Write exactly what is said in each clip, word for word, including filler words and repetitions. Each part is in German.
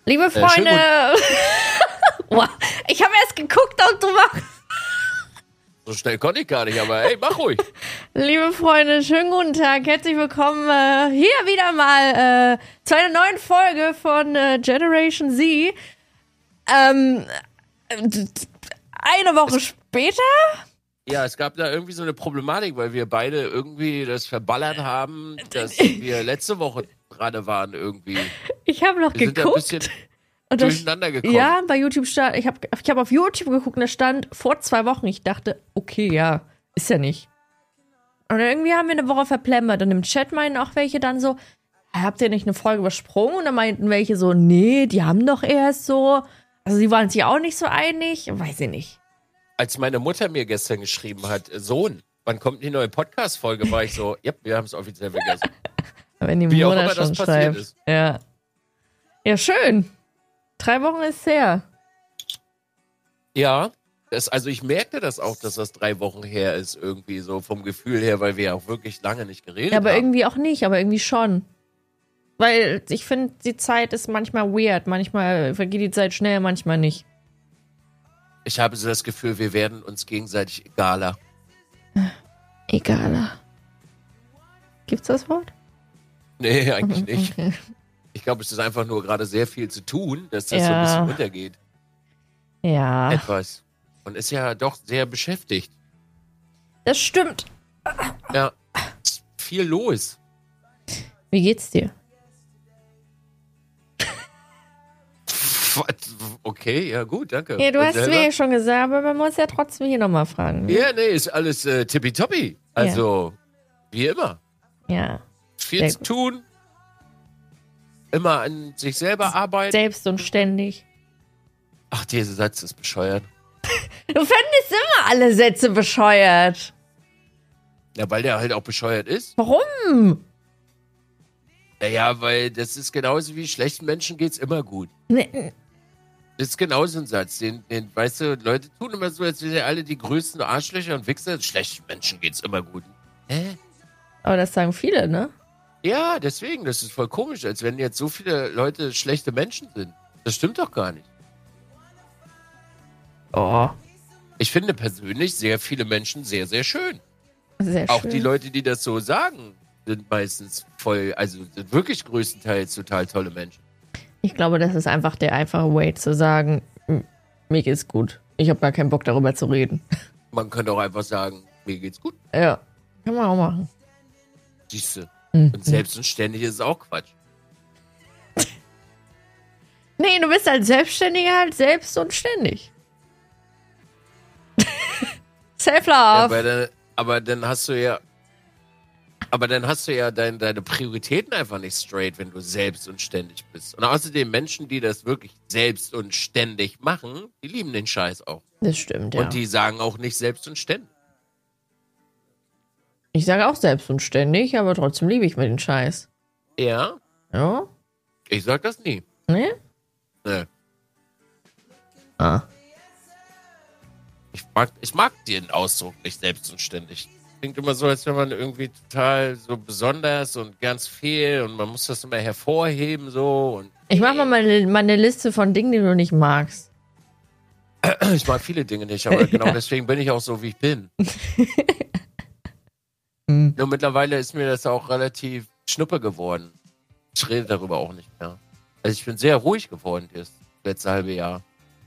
Liebe Freunde, Äh, wow. Ich habe erst geguckt und du machst. So schnell konnte ich gar nicht, aber hey, mach ruhig. Liebe Freunde, schönen guten Tag, herzlich willkommen äh, hier wieder mal äh, zu einer neuen Folge von äh, Generation Z. Ähm, eine Woche später? Ja, es gab da irgendwie so eine Problematik, weil wir beide irgendwie das verballert haben, dass wir letzte Woche dran waren irgendwie. Ich habe noch Wir sind da ein geguckt. bisschen Und das- durcheinander gekommen. Ja, bei YouTube stand, ich habe ich hab auf YouTube geguckt und da stand vor zwei Wochen. Ich dachte, okay, ja, ist ja nicht. Und irgendwie haben wir eine Woche verplempert und im Chat meinen auch welche dann so, habt ihr nicht eine Folge übersprungen? Und dann meinten welche so, nee, die haben doch erst so. Also sie waren sich auch nicht so einig, weiß ich nicht. Als meine Mutter mir gestern geschrieben hat, Sohn, wann kommt die neue Podcast-Folge, war ich so, ja, wir haben es offiziell vergessen. Wenn die Wie auch Mutter immer das schon passiert schreibt. ist. Ja. Ja, schön. Drei Wochen ist her. Ja, das, also ich merkte das auch, dass das drei Wochen her ist, irgendwie so vom Gefühl her, weil wir ja auch wirklich lange nicht geredet Ja, aber haben. irgendwie auch nicht, aber irgendwie schon. Weil ich finde, die Zeit ist manchmal weird. Manchmal vergeht die Zeit schnell, manchmal nicht. Ich habe so das Gefühl, wir werden uns gegenseitig egaler. Egaler. Gibt's das Wort? Nee, eigentlich nicht. Okay. Ich glaube, es ist einfach nur gerade sehr viel zu tun, dass das Ja. so ein bisschen untergeht. Ja, Etwas. Und ist ja doch sehr beschäftigt. das stimmt. Ja, ist viel los. Wie geht's dir? Okay, ja gut, danke. Ja, du Und hast selber? mir ja schon gesagt, aber man muss ja trotzdem hier nochmal fragen. Ne? Ja, nee, ist alles äh, tippitoppi. Also, wie immer. Ja. Viel Sehr zu gut. tun. Immer an sich selber arbeiten. Selbst und ständig. Ach, dieser Satz ist bescheuert. Du findest immer alle Sätze bescheuert. Ja, weil der halt auch bescheuert ist. Warum? Naja, weil das ist genauso wie schlechten Menschen geht's immer gut. Ne, Das ist genauso ein Satz. Den, den, weißt du, Leute tun immer so, als wären sie alle die größten Arschlöcher und Wichser. Schlechten Menschen geht's immer gut. Hä? aber das sagen viele, ne? Ja, deswegen, das ist voll komisch, als wenn jetzt so viele Leute schlechte Menschen sind. Das stimmt doch gar nicht. Oh, Ich finde persönlich sehr viele Menschen sehr, sehr schön. sehr Auch schön. die Leute, die das so sagen, sind meistens voll, also sind wirklich größtenteils total tolle Menschen. Ich glaube, das ist einfach der einfache Way zu sagen, "M- mir geht's gut. Ich habe gar keinen Bock darüber zu reden. Man könnte auch einfach sagen, mir geht's gut, Ja, kann man auch machen. siehste. Mhm. Und selbst und ständig ist es auch Quatsch. Nee, du bist als Selbstständiger halt selbst und ständig. Ja, Self-Love. aber, dann, aber dann hast du ja, aber dann hast du ja dein, deine Prioritäten einfach nicht straight, wenn du selbst und ständig bist. Und außerdem Menschen, die das wirklich selbst und ständig machen, die lieben den Scheiß auch. Das stimmt, ja. Und die sagen auch nicht selbst und ständig. Ich sage auch selbst und ständig, aber trotzdem liebe ich mir den Scheiß. Ja, Ja? ich sag das nie. Ne? Nee. Ah. Ich mag, ich mag den Ausdruck nicht selbst und ständig. Klingt immer so, als wenn man irgendwie total so besonders und ganz viel und man muss das immer hervorheben so. Und Ich mache mal meine, meine Liste von Dingen, die du nicht magst. ich mag viele Dinge nicht, aber genau deswegen bin ich auch so, wie ich bin. Nur mittlerweile ist mir das auch relativ schnuppe geworden. Ich rede darüber auch nicht mehr. Also ich bin sehr ruhig geworden das letzte halbe Jahr.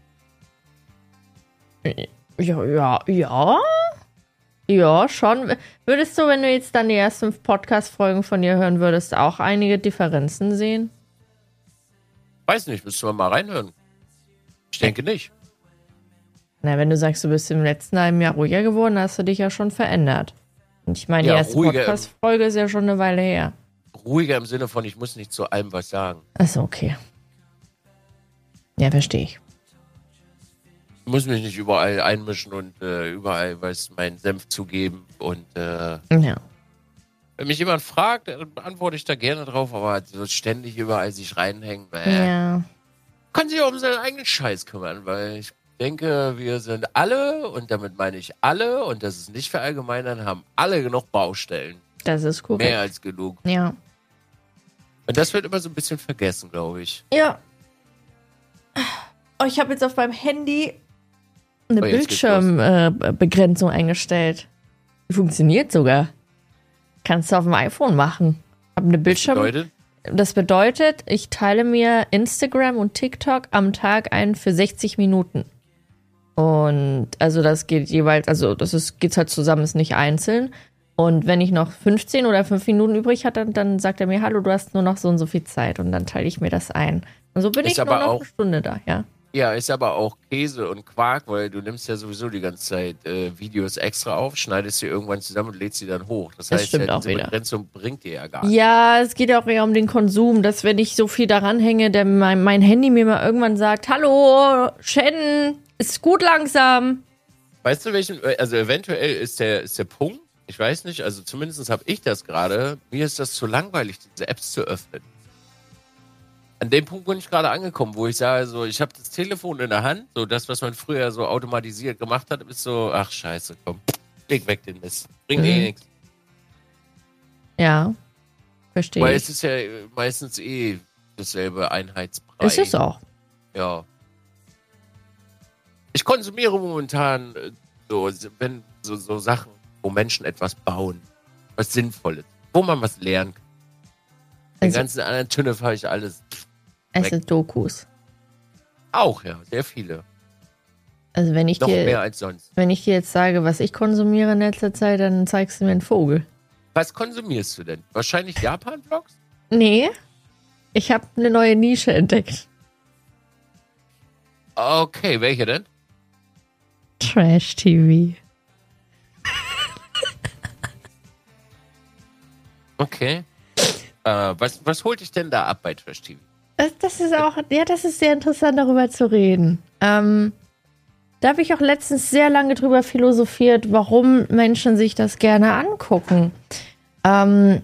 Ja, ja, ja. Ja, schon. Würdest du, wenn du jetzt dann die ersten Podcast-Folgen von dir hören würdest, auch einige Differenzen sehen? Weiß nicht, müssen wir mal reinhören. Ich denke nicht. Na, wenn du sagst, du bist im letzten halben Jahr ruhiger geworden, hast du dich ja schon verändert. Und ich meine, die Ja, erste ruhiger, Podcast-Folge ist ja schon eine Weile her. Ruhiger im Sinne von, ich muss nicht zu allem was sagen. Achso, okay. Ja, verstehe ich. Ich muss mich nicht überall einmischen und äh, überall was meinen Senf zugeben. Und äh, Ja. wenn mich jemand fragt, dann antworte ich da gerne drauf, aber so ständig überall sich reinhängen, äh, Ja. kann sich auch um seinen eigenen Scheiß kümmern, weil ich denke, wir sind alle, und damit meine ich alle, und das ist nicht verallgemeinern, haben alle genug Baustellen. Das ist korrekt. Mehr als genug. Ja. Und das wird immer so ein bisschen vergessen, glaube ich. Ja. Oh, ich habe jetzt auf meinem Handy eine Oh, jetzt geht's los. Bildschirmbegrenzung eingestellt. Die funktioniert sogar. Kannst du auf dem iPhone machen. Hab eine Bildschirm. Das bedeutet? Das bedeutet, ich teile mir Instagram und TikTok am Tag ein für sechzig Minuten. Und also das geht jeweils, also das ist, geht's halt zusammen, ist nicht einzeln. Und wenn ich noch fünfzehn oder fünf Minuten übrig hatte, dann sagt er mir, hallo, du hast nur noch so und so viel Zeit. Und dann teile ich mir das ein. Und so bin Ist ich nur aber noch auch- eine Stunde da, ja. Ja, ist aber auch Käse und Quark, weil du nimmst ja sowieso die ganze Zeit äh, Videos extra auf, schneidest sie irgendwann zusammen und lädst sie dann hoch. Das, Das heißt, stimmt ja, auch diese wieder. Begrenzung bringt dir ja gar nichts. Ja, es geht ja auch eher um den Konsum, dass wenn ich so viel daran hänge, der mein, mein Handy mir mal irgendwann sagt, hallo, Shannon, ist gut langsam. Weißt du, welchen, also eventuell ist der, ist der Punkt, ich weiß nicht, also zumindest habe ich das gerade, mir ist das zu langweilig, diese Apps zu öffnen. An dem Punkt bin ich gerade angekommen, wo ich sage, so, ich habe das Telefon in der Hand, so das, was man früher so automatisiert gemacht hat, ist so, ach scheiße, komm, leg weg den Mist, bringt eh Mhm. nichts. Ja, verstehe Weil ich. es ist ja meistens eh dasselbe Einheitsbrei. Es ist auch. Ja. Ich konsumiere momentan äh, so, wenn, so, so Sachen, wo Menschen etwas bauen, was Sinnvolles, wo man was lernen kann. Den Also- ganzen anderen Tünne fahre ich alles. Es sind Dokus. Auch, ja, sehr viele. Also wenn ich Noch dir, mehr als sonst. wenn ich dir jetzt sage, was ich konsumiere in letzter Zeit, dann zeigst du mir einen Vogel. Was konsumierst du denn? Wahrscheinlich Japan-Vlogs? Nee, ich habe eine neue Nische entdeckt. Okay, welche denn? Trash-T V. Okay. Äh, was, was holt dich denn da ab bei Trash T V? Das, das ist auch, ja, das ist sehr interessant, darüber zu reden. Ähm, da habe ich auch letztens sehr lange drüber philosophiert, warum Menschen sich das gerne angucken. Ähm,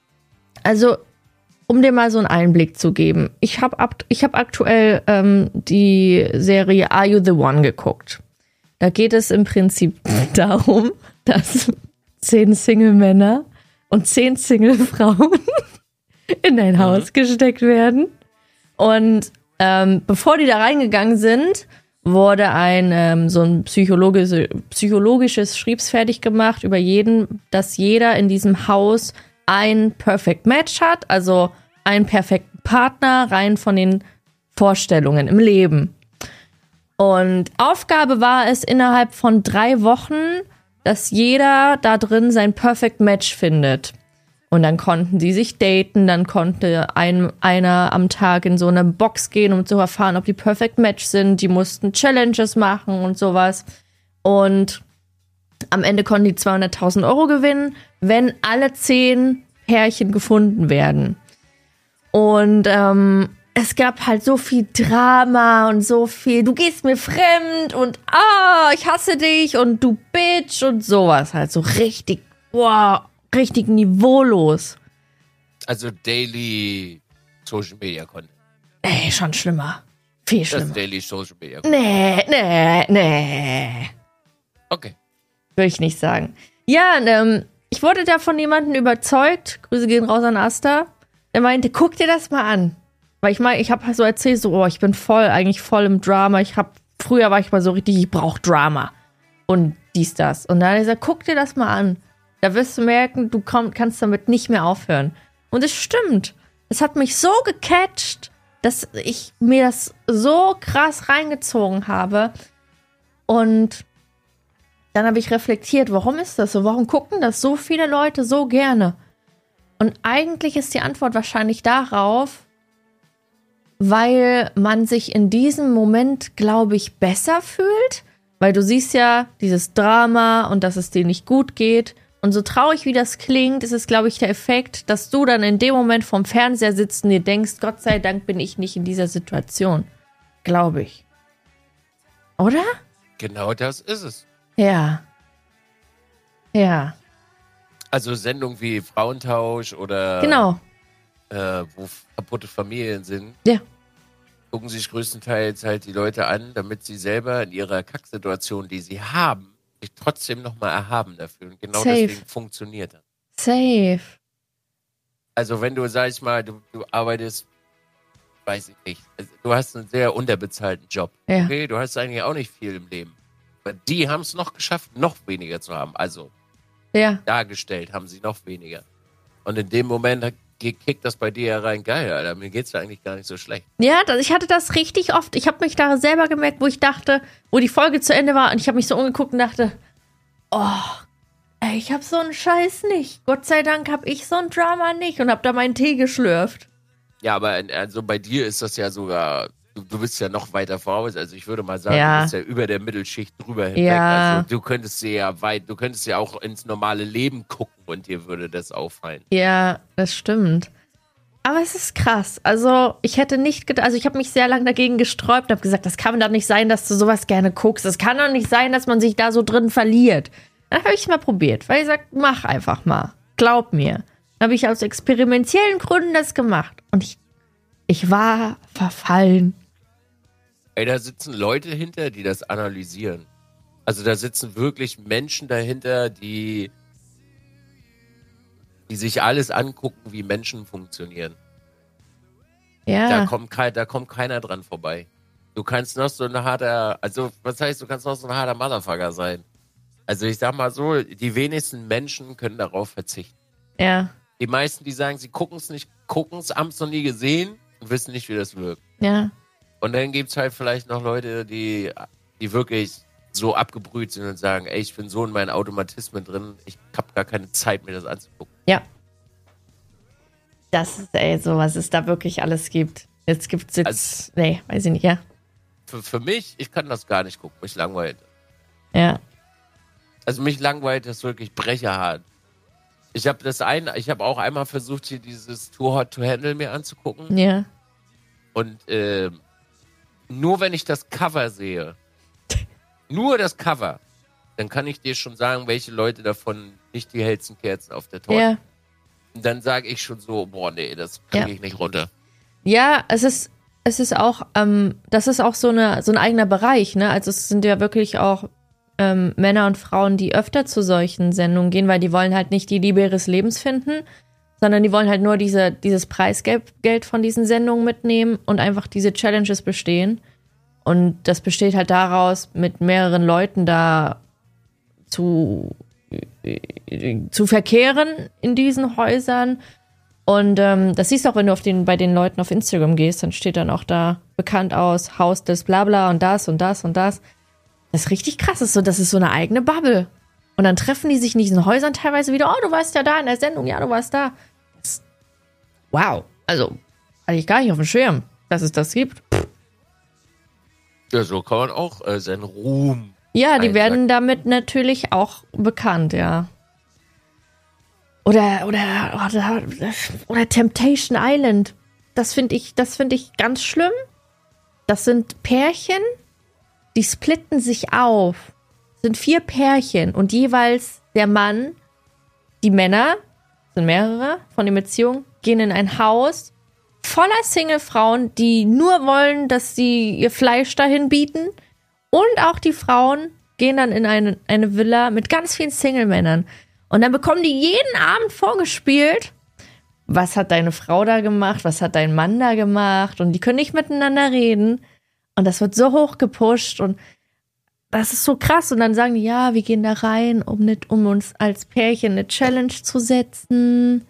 also, um dir mal so einen Einblick zu geben. Ich habe ich hab aktuell ähm, die Serie Are You the One geguckt. Da geht es im Prinzip darum, dass zehn Single-Männer und zehn Single-Frauen in ein Haus gesteckt werden. Und ähm, bevor die da reingegangen sind, wurde ein ähm, so ein psychologische, psychologisches Schriebs fertig gemacht über jeden, dass jeder in diesem Haus ein Perfect Match hat, also einen perfekten Partner, rein von den Vorstellungen im Leben. Und Aufgabe war es innerhalb von drei Wochen, dass jeder da drin sein Perfect Match findet. Und dann konnten die sich daten, dann konnte ein, einer am Tag in so eine Box gehen, um zu erfahren, ob die Perfect Match sind. Die mussten Challenges machen und sowas. Und am Ende konnten die zweihunderttausend Euro gewinnen, wenn alle zehn Pärchen gefunden werden. Und ähm, es gab halt so viel Drama und so viel, du gehst mir fremd und ah, ich hasse dich und du Bitch und sowas. Halt so richtig, wow, richtig niveaulos. Also Daily Social Media Content. Ey, schon schlimmer. Viel Das schlimmer. ist Daily Social Media Content. Nee, nee, nee. Okay. Würde ich nicht sagen. Ja, und, ähm, ich wurde da von jemandem überzeugt. Grüße gehen raus an Asta. Der meinte, guck dir das mal an. Weil ich meine, ich habe so erzählt, so, oh, ich bin voll, eigentlich voll im Drama. Ich hab, früher war ich mal so richtig, ich brauche Drama. Und dies, das. Und dann hat er gesagt, guck dir das mal an. Da wirst du merken, du komm, kannst damit nicht mehr aufhören. Und es stimmt. Es hat mich so gecatcht, dass ich mir das so krass reingezogen habe. Und dann habe ich reflektiert, warum ist das so? Warum gucken das so viele Leute so gerne? Und eigentlich ist die Antwort wahrscheinlich darauf, weil man sich in diesem Moment, glaube ich, besser fühlt. Weil du siehst ja dieses Drama und dass es dir nicht gut geht. Und so traurig wie das klingt, ist es, glaube ich, der Effekt, dass du dann in dem Moment vorm Fernseher sitzt und dir denkst, Gott sei Dank bin ich nicht in dieser Situation. Glaube ich. Oder? Genau das ist es. Ja. Ja. Also Sendungen wie Frauentausch oder Genau. äh, wo kaputte Familien sind, Ja. gucken sich größtenteils halt die Leute an, damit sie selber in ihrer Kacksituation, die sie haben, sich trotzdem nochmal erhaben dafür. Und genau Safe. deswegen funktioniert das. Safe. Also wenn du, sag ich mal, du, du arbeitest weiß ich nicht. Also, du hast einen sehr unterbezahlten Job. Ja. Okay, du hast eigentlich auch nicht viel im Leben. Aber die haben es noch geschafft, noch weniger zu haben. Also Ja. dargestellt haben sie noch weniger. Und in dem Moment hat- kickt das bei dir ja rein. Geil, Alter. Mir geht's ja eigentlich gar nicht so schlecht. Ja, das, ich hatte das richtig oft. Ich habe mich da selber gemerkt, wo ich dachte, wo die Folge zu Ende war und ich habe mich so umgeguckt und dachte, oh, ey, ich habe so einen Scheiß nicht. Gott sei Dank habe ich so ein Drama nicht und habe da meinen Tee geschlürft. Ja, aber also bei dir ist das ja sogar, du, du bist ja noch weiter voraus. Also ich würde mal sagen, Ja. du bist ja über der Mittelschicht drüber hinweg. Ja. Also du könntest dir ja weit, du könntest ja auch ins normale Leben gucken und dir würde das auffallen. Ja, das stimmt. Aber es ist krass. Also, ich hätte nicht gedacht, also ich habe mich sehr lange dagegen gesträubt und habe gesagt, das kann doch nicht sein, dass du sowas gerne guckst. Es kann doch nicht sein, dass man sich da so drin verliert. Dann habe ich es mal probiert, weil ich sage, mach einfach mal. Glaub mir. Dann habe ich aus experimentellen Gründen das gemacht. Und ich, ich war verfallen. Ey, da sitzen Leute hinter, die das analysieren. Also da sitzen wirklich Menschen dahinter, die, die sich alles angucken, wie Menschen funktionieren. Da Ja, kommt, kei- da kommt keiner dran vorbei. Du kannst noch so ein harter, also was heißt, du kannst noch so ein harter Motherfucker sein. Also ich sag mal so, die wenigsten Menschen können darauf verzichten. ja, Die meisten, die sagen, sie gucken es nicht, gucken es, haben es noch nie gesehen und wissen nicht, wie das wirkt. ja. Und dann gibt's halt vielleicht noch Leute, die, die wirklich so abgebrüht sind und sagen, ey, ich bin so in meinen Automatismen drin, ich hab gar keine Zeit, mir das anzugucken. Ja. Das ist, ey, so was es da wirklich alles gibt. Jetzt gibt's jetzt, Also- nee, weiß ich nicht, ja. Für, für mich, ich kann das gar nicht gucken, mich langweilt. Ja, Also mich langweilt das wirklich brecherhart. Ich habe das ein, ich habe auch einmal versucht, hier dieses Too Hot to Handle mir anzugucken. ja. Und ähm, nur wenn ich das Cover sehe, nur das Cover, dann kann ich dir schon sagen, welche Leute davon nicht die hellsten Kerzen auf der Torte. Ja. Und dann sage ich schon so, boah, nee, das kriege Ja. ich nicht runter. Ja, es ist, es ist auch, ähm, das ist auch so, eine, so ein eigener Bereich, ne? Also es sind ja wirklich auch ähm, Männer und Frauen, die öfter zu solchen Sendungen gehen, weil die wollen halt nicht die Liebe ihres Lebens finden, sondern die wollen halt nur diese, dieses Preisgeld Geld von diesen Sendungen mitnehmen und einfach diese Challenges bestehen. Und das besteht halt daraus, mit mehreren Leuten da zu, zu verkehren in diesen Häusern. Und ähm, das siehst du auch, wenn du auf den, bei den Leuten auf Instagram gehst, dann steht dann auch da bekannt aus, Haus des Blabla und das und das und das. Das ist richtig krass. Das ist, so, das ist so eine eigene Bubble. Und dann treffen die sich in diesen Häusern teilweise wieder. Oh, du warst ja da in der Sendung. Ja, du warst da. Das, wow. Also, hatte ich gar nicht auf dem Schirm, dass es das gibt. Ja, so kann man auch äh, seinen Ruhm. Ja, die Einsack. werden damit natürlich auch bekannt, ja. Oder, oder, oder, oder Temptation Island. Das finde ich, das finde ich ganz schlimm. Das sind Pärchen, die splitten sich auf. Das sind vier Pärchen und jeweils der Mann, die Männer, sind mehrere von den Beziehungen, gehen in ein Haus voller Single-Frauen, die nur wollen, dass sie ihr Fleisch dahin bieten. Und auch die Frauen gehen dann in eine, eine Villa mit ganz vielen Single-Männern. Und dann bekommen die jeden Abend vorgespielt, was hat deine Frau da gemacht, was hat dein Mann da gemacht. Und die können nicht miteinander reden. Und das wird so hoch gepusht. Und das ist so krass. Und dann sagen die, ja, wir gehen da rein, um, nicht, um uns als Pärchen eine Challenge zu setzen.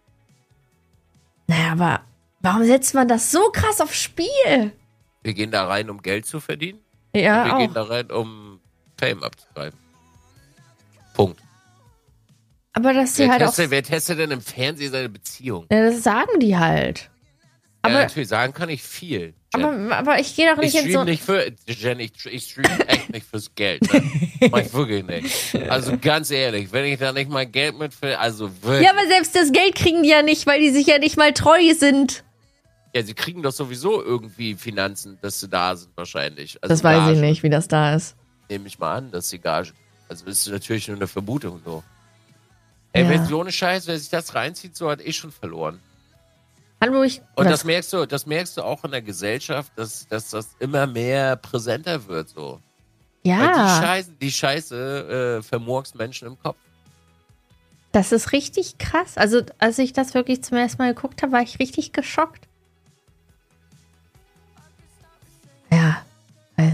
Naja, aber warum setzt man das so krass aufs Spiel? Wir gehen da rein, um Geld zu verdienen. Ja, Wir auch. gehen da rein, um Fame abzutreiben. Punkt. Aber dass sie Wer, halt auch. testet, wer testet denn im Fernsehen seine Beziehung? Ja, das sagen die halt. Aber Aber, ja, natürlich, sagen kann ich viel. Jen. aber, aber ich gehe doch ich nicht in stream so. nicht für, Jen, ich, ich stream echt nicht fürs Geld. Ne? Mach ich wirklich nicht. Also ganz ehrlich, wenn ich da nicht mal Geld mit für, also wirklich. Ja, aber selbst das Geld kriegen die ja nicht, weil die sich ja nicht mal treu sind. Ja, sie kriegen doch sowieso irgendwie Finanzen, dass sie da sind wahrscheinlich. Also Das weiß Gage, ich nicht, wie das da ist. Nehme ich mal an, dass sie Gage. Also ist natürlich nur eine Vermutung so. Ey, Ja. wenn so eine Scheiße, wer sich das reinzieht, so hat eh schon verloren. Hallo, ich. Und oder- das merkst du, das merkst du auch in der Gesellschaft, dass, dass das immer mehr präsenter wird so. Weil die ja, Scheiße, die Scheiße äh, vermurkst Menschen im Kopf. das ist richtig krass. Also, als ich das wirklich zum ersten Mal geguckt habe, war ich richtig geschockt.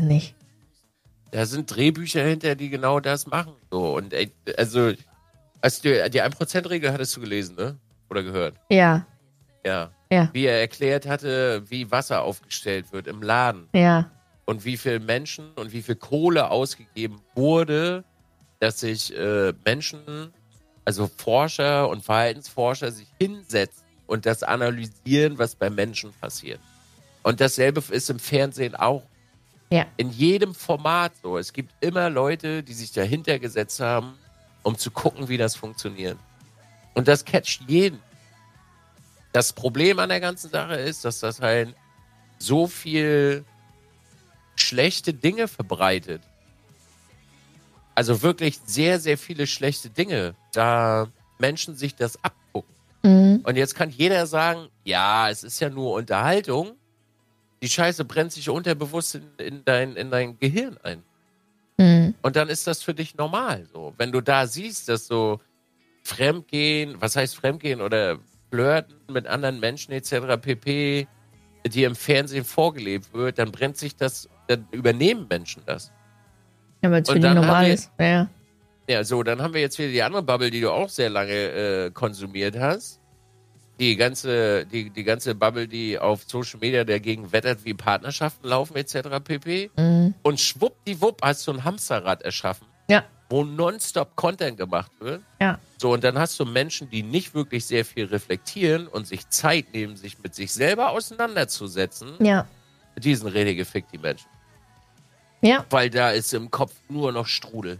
nicht. Da sind Drehbücher hinter, die genau das machen. So, und ey, also, hast du die ein Prozent Regel hattest du gelesen, ne? Oder gehört? Ja. Ja. Ja. Wie er erklärt hatte, wie Wasser aufgestellt wird im Laden. Ja. Und wie viel Menschen und wie viel Kohle ausgegeben wurde, dass sich äh, Menschen, also Forscher und Verhaltensforscher, sich hinsetzen und das analysieren, was bei Menschen passiert. Und dasselbe ist im Fernsehen auch. Ja. In jedem Format so. Es gibt immer Leute, die sich dahinter gesetzt haben, um zu gucken, wie das funktioniert. Und das catcht jeden. Das Problem an der ganzen Sache ist, dass das halt so viel schlechte Dinge verbreitet. Also wirklich sehr, sehr viele schlechte Dinge, da Menschen sich das abgucken. Mhm. Und jetzt kann jeder sagen, ja, es ist ja nur Unterhaltung. Die Scheiße brennt sich unterbewusst in, in, dein, in dein Gehirn ein. Mhm. Und dann ist das für dich normal. So. Wenn du da siehst, dass so Fremdgehen, was heißt Fremdgehen oder Flirten mit anderen Menschen et cetera pp., die im Fernsehen vorgelebt wird, dann brennt sich das, dann übernehmen Menschen das. Ja, weil es für Und die dann haben normal wir- ist. Ja. Ja, so, dann haben wir jetzt wieder die andere Bubble, die du auch sehr lange äh, konsumiert hast. Die ganze, die, die ganze Bubble, die auf Social Media dagegen wettert, wie Partnerschaften laufen et cetera pp. Mhm. Und schwuppdiwupp hast du ein Hamsterrad erschaffen, Ja. wo nonstop Content gemacht wird. Ja. So, und dann hast du Menschen, die nicht wirklich sehr viel reflektieren und sich Zeit nehmen, sich mit sich selber auseinanderzusetzen. Ja. Die sind richtig gefickt, die Menschen. Ja. Weil da ist im Kopf nur noch Strudel.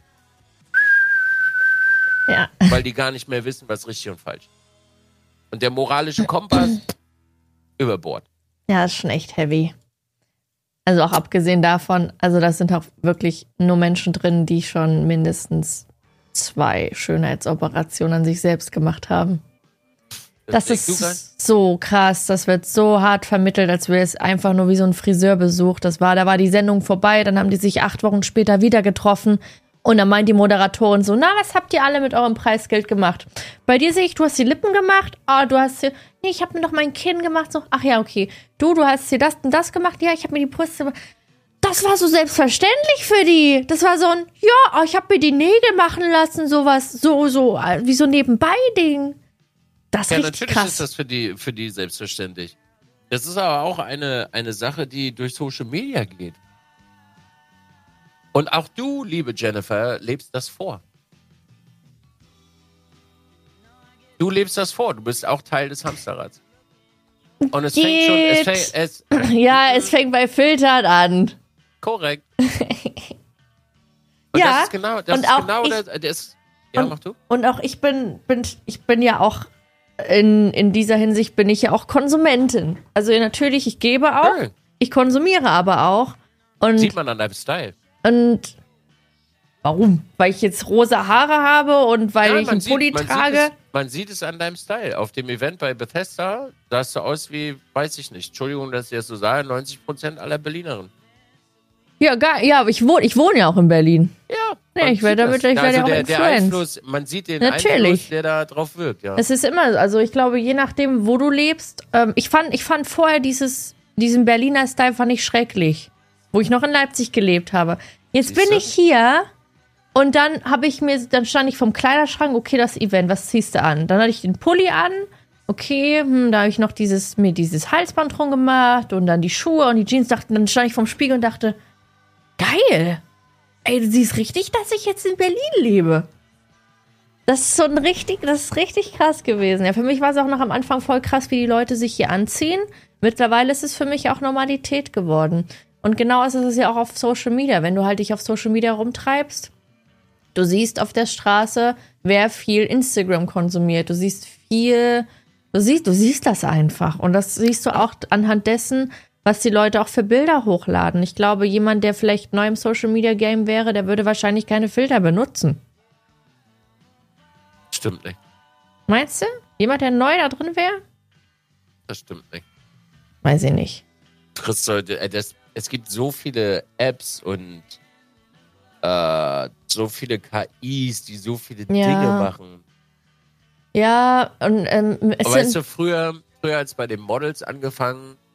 Ja. Weil die gar nicht mehr wissen, was richtig und falsch ist. Und der moralische Kompass über Bord. Ja, ist schon echt heavy. Also auch abgesehen davon, also das sind auch wirklich nur Menschen drin, die schon mindestens zwei Schönheitsoperationen an sich selbst gemacht haben. Das denkst du grad? ist so krass, das wird so hart vermittelt, als wäre es einfach nur wie so ein Friseurbesuch. Das war, da war die Sendung vorbei, dann haben die sich acht Wochen später wieder getroffen und dann meint die Moderatorin so, na, was habt ihr alle mit eurem Preisgeld gemacht? Bei dir sehe ich, du hast die Lippen gemacht, ah, du hast hier, nee, ich habe mir doch mein Kinn gemacht, so, ach ja, okay, du, du hast hier das und das gemacht, ja, ich habe mir die Brüste gemacht. Das war so selbstverständlich für die. Das war so ein, ja, ich habe mir die Nägel machen lassen, sowas, so, so, wie so Nebenbei-Ding. Das ist Ja, richtig natürlich krass. ist das für die, für die selbstverständlich. Das ist aber auch eine, eine Sache, die durch Social Media geht. Und auch du, liebe Jennifer, lebst das vor. Du lebst das vor. Du bist auch Teil des Hamsterrads. Und es fängt schon, es fängt, es, Ja, es fängt bei Filtern an. korrekt. Und Ja, das ist genau, das und ist auch genau ich- das, das. Ja, und- mach du. Und auch ich bin, bin ich bin ja auch in, in dieser Hinsicht bin ich ja auch Konsumentin. Also natürlich, ich gebe auch, Ja, ich konsumiere aber auch. Und, sieht man an deinem Style. und warum? Weil ich jetzt rosa Haare habe und weil Ja, ich man einen sieht- Pulli man trage. Sieht es, man sieht es an deinem Style. Auf dem Event bei Bethesda sahst du aus wie, weiß ich nicht, Entschuldigung, dass ich das so sage, neunzig Prozent aller Berlinerinnen. Ja, geil. Ja, aber ich wohne, ich wohne ja auch in Berlin. Ja. Nee, man ich werde sieht damit- das. ich werde also auch der, der influenced. Einfluss, man sieht den Natürlich. Einfluss, der da drauf wirkt, ja. Es ist immer, also ich glaube, je nachdem, wo du lebst, ähm, ich fand, ich fand vorher dieses, diesen Berliner Style fand ich schrecklich, wo ich noch in Leipzig gelebt habe. Jetzt Siehste? bin ich hier und dann habe ich mir, dann stand ich vom Kleiderschrank, okay, das Event, was ziehst du an? Dann hatte ich den Pulli an, okay, hm, da habe ich noch dieses, mir dieses Halsband drum gemacht und dann die Schuhe und die Jeans, dachte, dann stand ich vorm Spiegel und dachte, geil, ey, du siehst richtig, dass ich jetzt in Berlin lebe. Das ist so ein richtig, das ist richtig krass gewesen. Ja, für mich war es auch noch am Anfang voll krass, wie die Leute sich hier anziehen. Mittlerweile ist es für mich auch Normalität geworden. Und genau ist es ja auch auf Social Media. Wenn du halt dich auf Social Media rumtreibst, du siehst auf der Straße, wer viel Instagram konsumiert. Du siehst viel, du siehst, du siehst das einfach. Und das siehst du auch anhand dessen, was die Leute auch für Bilder hochladen. Ich glaube, jemand, der vielleicht neu im Social Media Game wäre, der würde wahrscheinlich keine Filter benutzen. Stimmt nicht. Meinst du? Jemand, der neu da drin wäre? Das stimmt nicht. Weiß ich nicht. Chris, äh, das, es gibt so viele Apps und äh, so viele K Is, die so viele Ja. Dinge machen. Ja, und ähm, es Aber weißt sind, du, früher, früher als bei den Models angefangen,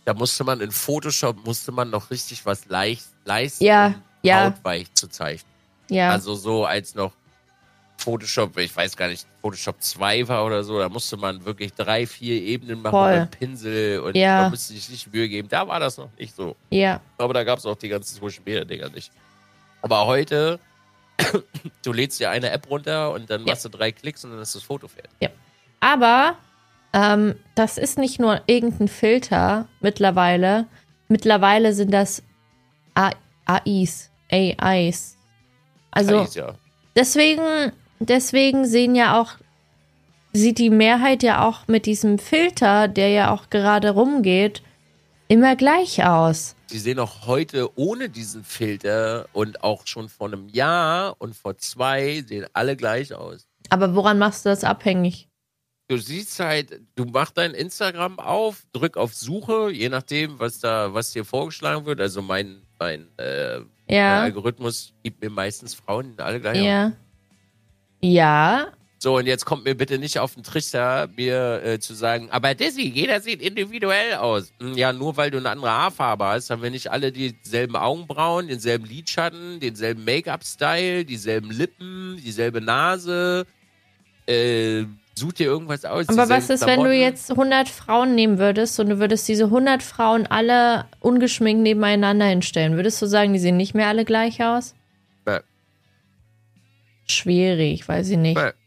Da musste man in Photoshop, musste man noch richtig was leicht, leisten, Ja, um ja. hautweich zu zeichnen. Ja. Also so als noch Photoshop, ich weiß gar nicht, Photoshop zwei war oder so, da musste man wirklich drei, vier Ebenen machen Voll. mit Pinsel und Ja. man musste sich nicht Mühe geben. Da war das noch nicht so. Ja. Aber da gab es auch die ganzen Social Media Dinger nicht. Aber heute, du lädst dir eine App runter und dann Ja. machst du drei Klicks und dann ist das Foto fertig. Ja. Aber ähm, das ist nicht nur irgendein Filter mittlerweile. Mittlerweile sind das A Is, A Is. Also Ist ja. deswegen, deswegen sehen ja auch, sieht die Mehrheit ja auch mit diesem Filter, der ja auch gerade rumgeht, immer gleich aus. Die sehen auch heute ohne diesen Filter und auch schon vor einem Jahr und vor zwei sehen alle gleich aus. Aber woran machst du das abhängig? Du siehst halt, du machst dein Instagram auf, drück auf Suche, je nachdem, was da, was dir vorgeschlagen wird. Also mein, mein, äh, mein Ja, Algorithmus gibt mir meistens Frauen, die alle gleich aus. ja. Ja, So, und jetzt kommt mir bitte nicht auf den Trichter, mir äh, zu sagen, aber Dizzy, jeder sieht individuell aus. Hm, Ja, nur weil du eine andere Haarfarbe hast, haben wir nicht alle dieselben Augenbrauen, denselben Lidschatten, denselben Make-up-Style, dieselben Lippen, dieselbe Nase. Äh, such dir irgendwas aus. aber was dieselben ist, wenn du Klamotten. jetzt hundert Frauen nehmen würdest und du würdest diese hundert Frauen alle ungeschminkt nebeneinander hinstellen? Würdest du sagen, die sehen nicht mehr alle gleich aus? Nee. Schwierig, weiß ich nicht. Nee.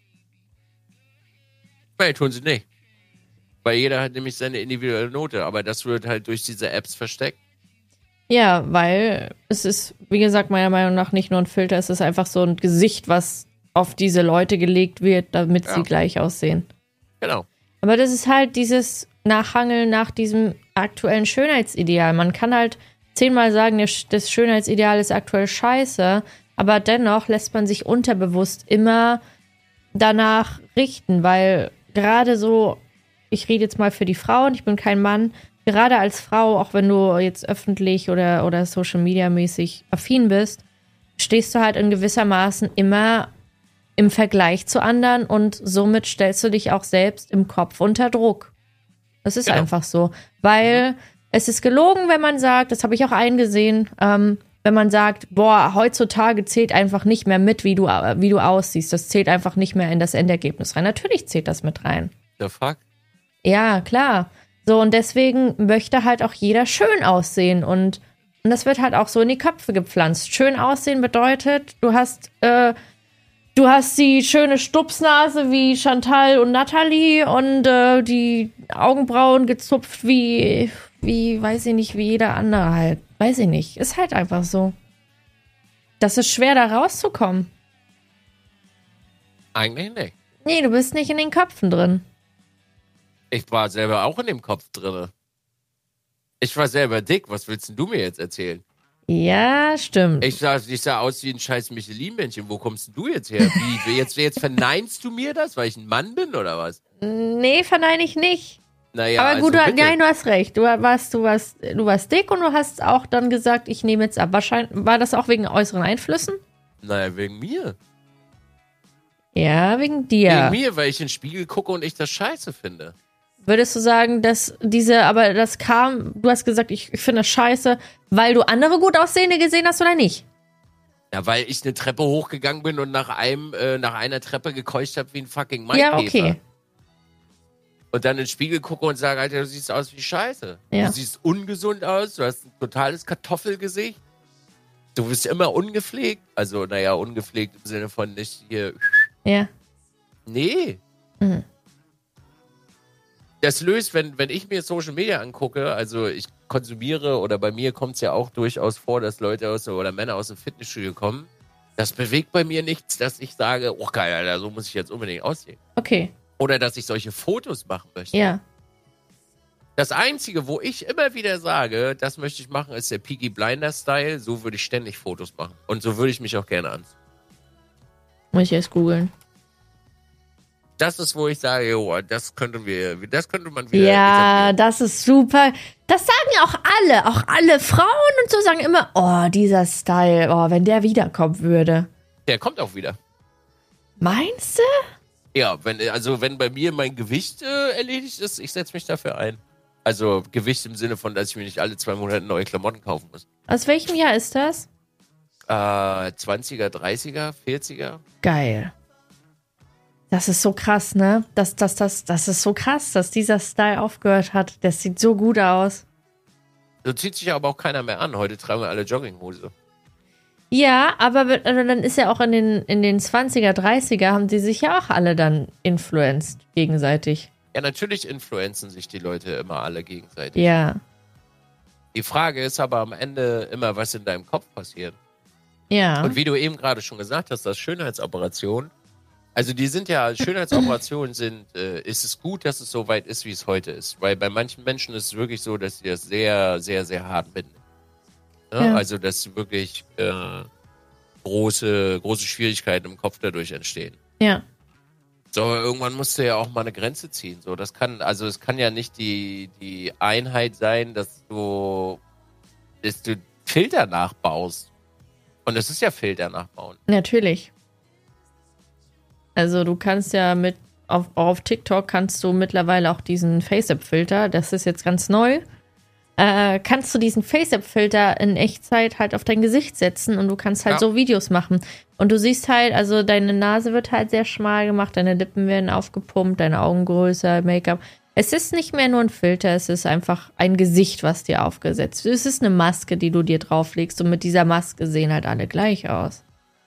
Nee, tun sie nicht. Weil jeder hat nämlich seine individuelle Note, aber das wird halt durch diese Apps versteckt. Ja, weil es ist, wie gesagt, meiner Meinung nach nicht nur ein Filter, es ist einfach so ein Gesicht, was auf diese Leute gelegt wird, damit Ja. sie gleich aussehen. Genau. Aber das ist halt dieses Nachhangeln nach diesem aktuellen Schönheitsideal. Man kann halt zehnmal sagen, der Sch- das Schönheitsideal ist aktuell scheiße, aber dennoch lässt man sich unterbewusst immer danach richten, weil gerade so, ich rede jetzt mal für die Frauen, ich bin kein Mann, gerade als Frau, auch wenn du jetzt öffentlich oder, oder Social Media mäßig affin bist, stehst du halt in gewissermaßen immer im Vergleich zu anderen und somit stellst du dich auch selbst im Kopf unter Druck. Das ist Genau. einfach so. Weil es ist gelogen, wenn man sagt, das habe ich auch eingesehen, ähm, wenn man sagt, boah, heutzutage zählt einfach nicht mehr mit, wie du, wie du aussiehst. Das zählt einfach nicht mehr in das Endergebnis rein. Natürlich zählt das mit rein. The fuck? Ja, klar. So, und deswegen möchte halt auch jeder schön aussehen. Und, und das wird halt auch so in die Köpfe gepflanzt. Schön aussehen bedeutet, du hast, äh, du hast die schöne Stupsnase wie Chantal und Natalie und äh, die Augenbrauen gezupft wie, wie, weiß ich nicht, wie jeder andere halt. Weiß ich nicht. Ist halt einfach so. Das ist schwer, da rauszukommen. Eigentlich nicht. Nee, du bist nicht in den Köpfen drin. Ich war selber auch in dem Kopf drinne. Ich war selber dick. Was willst denn du mir jetzt erzählen? Ja, stimmt. Ich sah, ich sah aus wie ein scheiß Michelin-Männchen. Wo kommst denn du jetzt her? Wie, jetzt, jetzt verneinst du mir das, weil ich ein Mann bin oder was? Nee, verneine ich nicht. Naja, Aber gut, also du, bitte. nein, du hast recht. Du warst, du warst, du warst dick und du hast auch dann gesagt, ich nehme jetzt ab. Wahrscheinlich war das auch wegen äußeren Einflüssen? Naja, wegen mir. Ja, wegen dir. Wegen mir, weil ich in den Spiegel gucke und ich das scheiße finde. Würdest du sagen, dass diese, aber das kam, du hast gesagt, ich, ich finde das scheiße, weil du andere gut aussehende gesehen hast oder nicht? Ja, weil ich eine Treppe hochgegangen bin und nach einem, äh, nach einer Treppe gekeucht habe wie ein fucking Maikäfer. Ja, okay. Und dann in den Spiegel gucke und sage, Alter, du siehst aus wie Scheiße. Ja. Du siehst ungesund aus, du hast ein totales Kartoffelgesicht. Du bist immer ungepflegt. Also, naja, ungepflegt im Sinne von nicht hier. Ja. Nee. Mhm. Das löst, wenn, wenn ich mir Social Media angucke, also ich konsumiere oder bei mir kommt es ja auch durchaus vor, dass Leute aus oder Männer aus dem Fitnessstudio kommen. Das bewegt bei mir nichts, dass ich sage, oh geil, Alter, so muss ich jetzt unbedingt aussehen. Okay. Oder dass ich solche Fotos machen möchte. Ja. Das Einzige, wo ich immer wieder sage, das möchte ich machen, ist der Peaky Blinder-Style. So würde ich ständig Fotos machen. Und so würde ich mich auch gerne anziehen. Muss ich erst googeln. Das ist, wo ich sage, jo, das könnte wir, das könnte man wieder Ja, etablieren. das ist super. Das sagen ja auch alle, auch alle Frauen und so sagen immer, oh, dieser Style, oh, wenn der wiederkommen würde. Der kommt auch wieder. Meinst du? Ja, wenn, also wenn bei mir mein Gewicht äh, erledigt ist, ich setze mich dafür ein. Also Gewicht im Sinne von, dass ich mir nicht alle zwei Monate neue Klamotten kaufen muss. Aus welchem Jahr ist das? Äh, zwanziger, dreißiger, vierziger. Geil. Das ist so krass, ne? Das, das, das, das ist so krass, dass dieser Style aufgehört hat. Das sieht so gut aus. So zieht sich aber auch keiner mehr an. Heute tragen wir alle Jogginghose. Ja, aber also dann ist ja auch in den, in den zwanziger, dreißiger haben die sich ja auch alle dann influenced gegenseitig. Ja, natürlich influenzen sich die Leute immer alle gegenseitig. Ja. Die Frage ist aber am Ende immer, was in deinem Kopf passiert. Ja. Und wie du eben gerade schon gesagt hast, das Schönheitsoperationen, also die sind ja, Schönheitsoperationen sind, äh, ist es gut, dass es so weit ist, wie es heute ist. Weil bei manchen Menschen ist es wirklich so, dass sie das sehr, sehr, sehr hart mitnehmen. Ne? Ja. Also, dass wirklich äh, große, große Schwierigkeiten im Kopf dadurch entstehen. Ja. So, aber irgendwann musst du ja auch mal eine Grenze ziehen. So, das kann, also es kann ja nicht die, die Einheit sein, dass du, dass du Filter nachbaust. Und es ist ja Filter nachbauen. Natürlich. Also du kannst ja mit, auf, auf TikTok kannst du mittlerweile auch diesen Face-App-Filter, das ist jetzt ganz neu, äh, kannst du diesen Face-App-Filter in Echtzeit halt auf dein Gesicht setzen und du kannst halt Ja. so Videos machen. Und du siehst halt, also deine Nase wird halt sehr schmal gemacht, deine Lippen werden aufgepumpt, deine Augen größer, Make-up. Es ist nicht mehr nur ein Filter, es ist einfach ein Gesicht, was dir aufgesetzt wird. Es ist eine Maske, die du dir drauflegst und mit dieser Maske sehen halt alle gleich aus.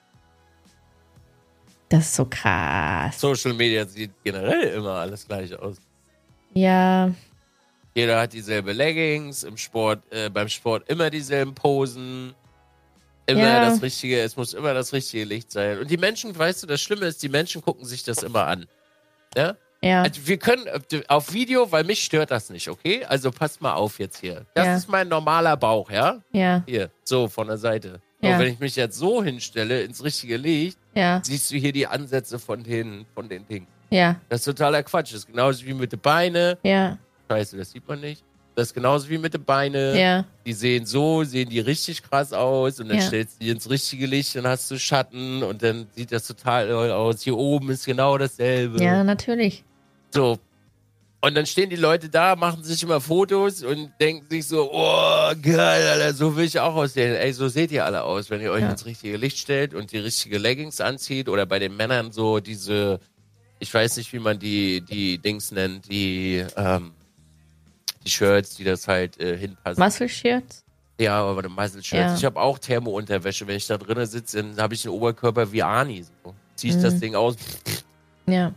Das ist so krass. Social Media sieht generell immer alles gleich aus. Ja, Jeder hat dieselbe Leggings, im Sport, äh, beim Sport immer dieselben Posen. Immer Ja. das Richtige, es muss immer das richtige Licht sein. Und die Menschen, weißt du, das Schlimme ist, die Menschen gucken sich das immer an. Ja? ja, Also wir können äh, auf Video, weil mich stört das nicht, okay? Also passt mal auf jetzt hier. Das Ja. ist mein normaler Bauch, ja? ja, Hier, so von der Seite. Ja. Und wenn ich mich jetzt so hinstelle, ins richtige Licht, ja, siehst du hier die Ansätze von den, von den Dingen. ja, Das ist totaler Quatsch. Das ist genauso wie mit den Beinen. ja, Scheiße, das sieht man nicht. Das ist genauso wie mit den Beinen. ja, Die sehen so, sehen die richtig krass aus und dann Ja. stellst du die ins richtige Licht, dann hast du Schatten und dann sieht das total toll aus. Hier oben ist genau dasselbe. ja, natürlich. So. Und dann stehen die Leute da, machen sich immer Fotos und denken sich so, oh, geil, Alter, so will ich auch aussehen. Ey, so seht ihr alle aus, wenn ihr euch Ja. ins richtige Licht stellt und die richtige Leggings anzieht oder bei den Männern so diese, ich weiß nicht, wie man die, die Dings nennt, die, ähm, die Shirts, die das halt äh, hinpassen. Muscle Shirts? Ja, aber die Muscle-Shirts. Ja. Ich habe auch Thermo-Unterwäsche. Wenn ich da drinnen sitze, dann habe ich den Oberkörper wie Arnie. So. Zieh ich Mhm. das Ding aus. Ja.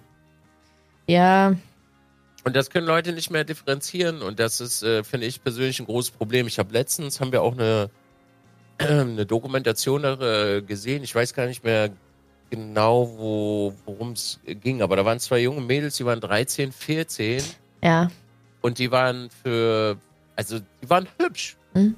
Ja, Und das können Leute nicht mehr differenzieren. Und das ist, äh, finde ich, persönlich ein großes Problem. Ich habe letztens, haben wir auch eine, eine Dokumentation äh, gesehen. Ich weiß gar nicht mehr genau, wo, worum es ging. Aber da waren zwei junge Mädels, die waren dreizehn, vierzehn. ja, Und die waren für, also die waren hübsch. Mhm.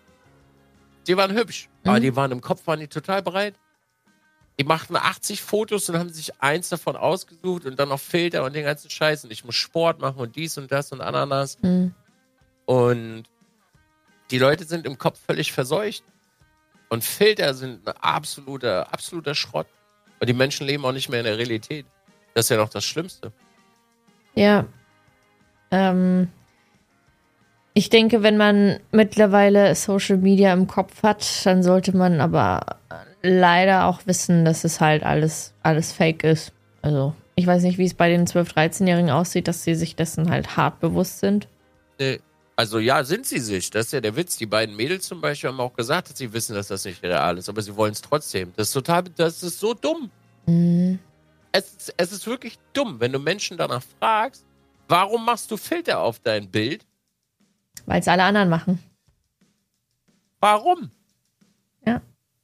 Die waren hübsch. Mhm. Aber die waren im Kopf, waren die total bereit. Die machten achtzig Fotos und haben sich eins davon ausgesucht und dann noch Filter und den ganzen Scheiß. Und ich muss Sport machen und dies und das und Ananas. mhm. Und die Leute sind im Kopf völlig verseucht. Und Filter sind ein absoluter, absoluter Schrott. Und die Menschen leben auch nicht mehr in der Realität. Das ist ja noch das Schlimmste. Ja. Ähm, ich denke, wenn man mittlerweile Social Media im Kopf hat, dann sollte man aber leider auch wissen, dass es halt alles, alles fake ist. Also, ich weiß nicht, wie es bei den zwölf-, dreizehnjährigen aussieht, dass sie sich dessen halt hart bewusst sind. Nee. Also ja, sind sie sich. Das ist ja der Witz. Die beiden Mädels zum Beispiel haben auch gesagt, dass sie wissen, dass das nicht real ist, aber sie wollen es trotzdem. Das ist total, das ist so dumm. Mhm. Es, ist- es ist wirklich dumm, wenn du Menschen danach fragst, warum machst du Filter auf dein Bild? Weil es alle anderen machen. Warum? Ja.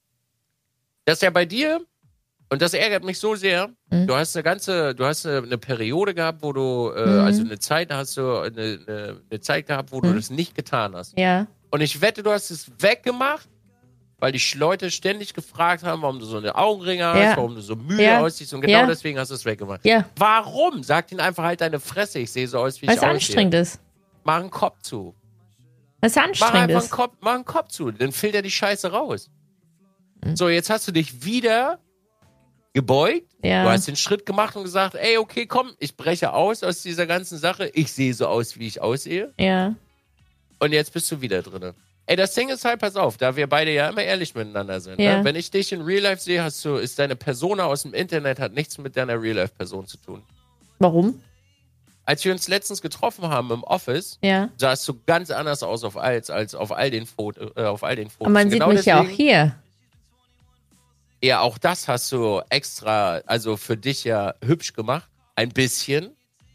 Das ist ja bei dir, und das ärgert mich so sehr, Mhm. du hast eine ganze, du hast eine, eine Periode gehabt, wo du, äh, Mhm. also eine Zeit, da hast du eine, eine, eine Zeit gehabt, wo du Mhm. das nicht getan hast. Ja. Und ich wette, du hast es weggemacht, weil die Leute ständig gefragt haben, warum du so eine Augenringe hast, Ja. warum du so müde Ja. aussiehst. Und genau Ja. deswegen hast du es weggemacht. Ja. Warum? Sag ihnen einfach halt deine Fresse, ich sehe so aus, wie Weil ich es aussehe. anstrengend ist. Mach einen Kopf zu. Weil es Mach anstrengend einfach einen ist. Kopf, mach einen Kopf zu, dann filter die Scheiße raus. Mhm. So, jetzt hast du dich wieder gebeugt, Ja. du hast den Schritt gemacht und gesagt, ey, okay, komm, ich breche aus aus dieser ganzen Sache, ich sehe so aus, wie ich aussehe. Ja. Und jetzt bist du wieder drin. Ey, das Ding ist halt, pass auf, da wir beide ja immer ehrlich miteinander sind. Ja. Ne? Wenn ich dich in Real Life sehe, hast du, ist deine Persona aus dem Internet, hat nichts mit deiner Real Life Person zu tun. Warum? Als wir uns letztens getroffen haben im Office, Ja. sahst du ganz anders aus auf als, als auf all den Foto, äh, auf all den Fotos. Aber man sieht Genau mich ja auch deswegen- hier. Ja, auch das hast du extra, also für dich ja hübsch gemacht. Ein bisschen.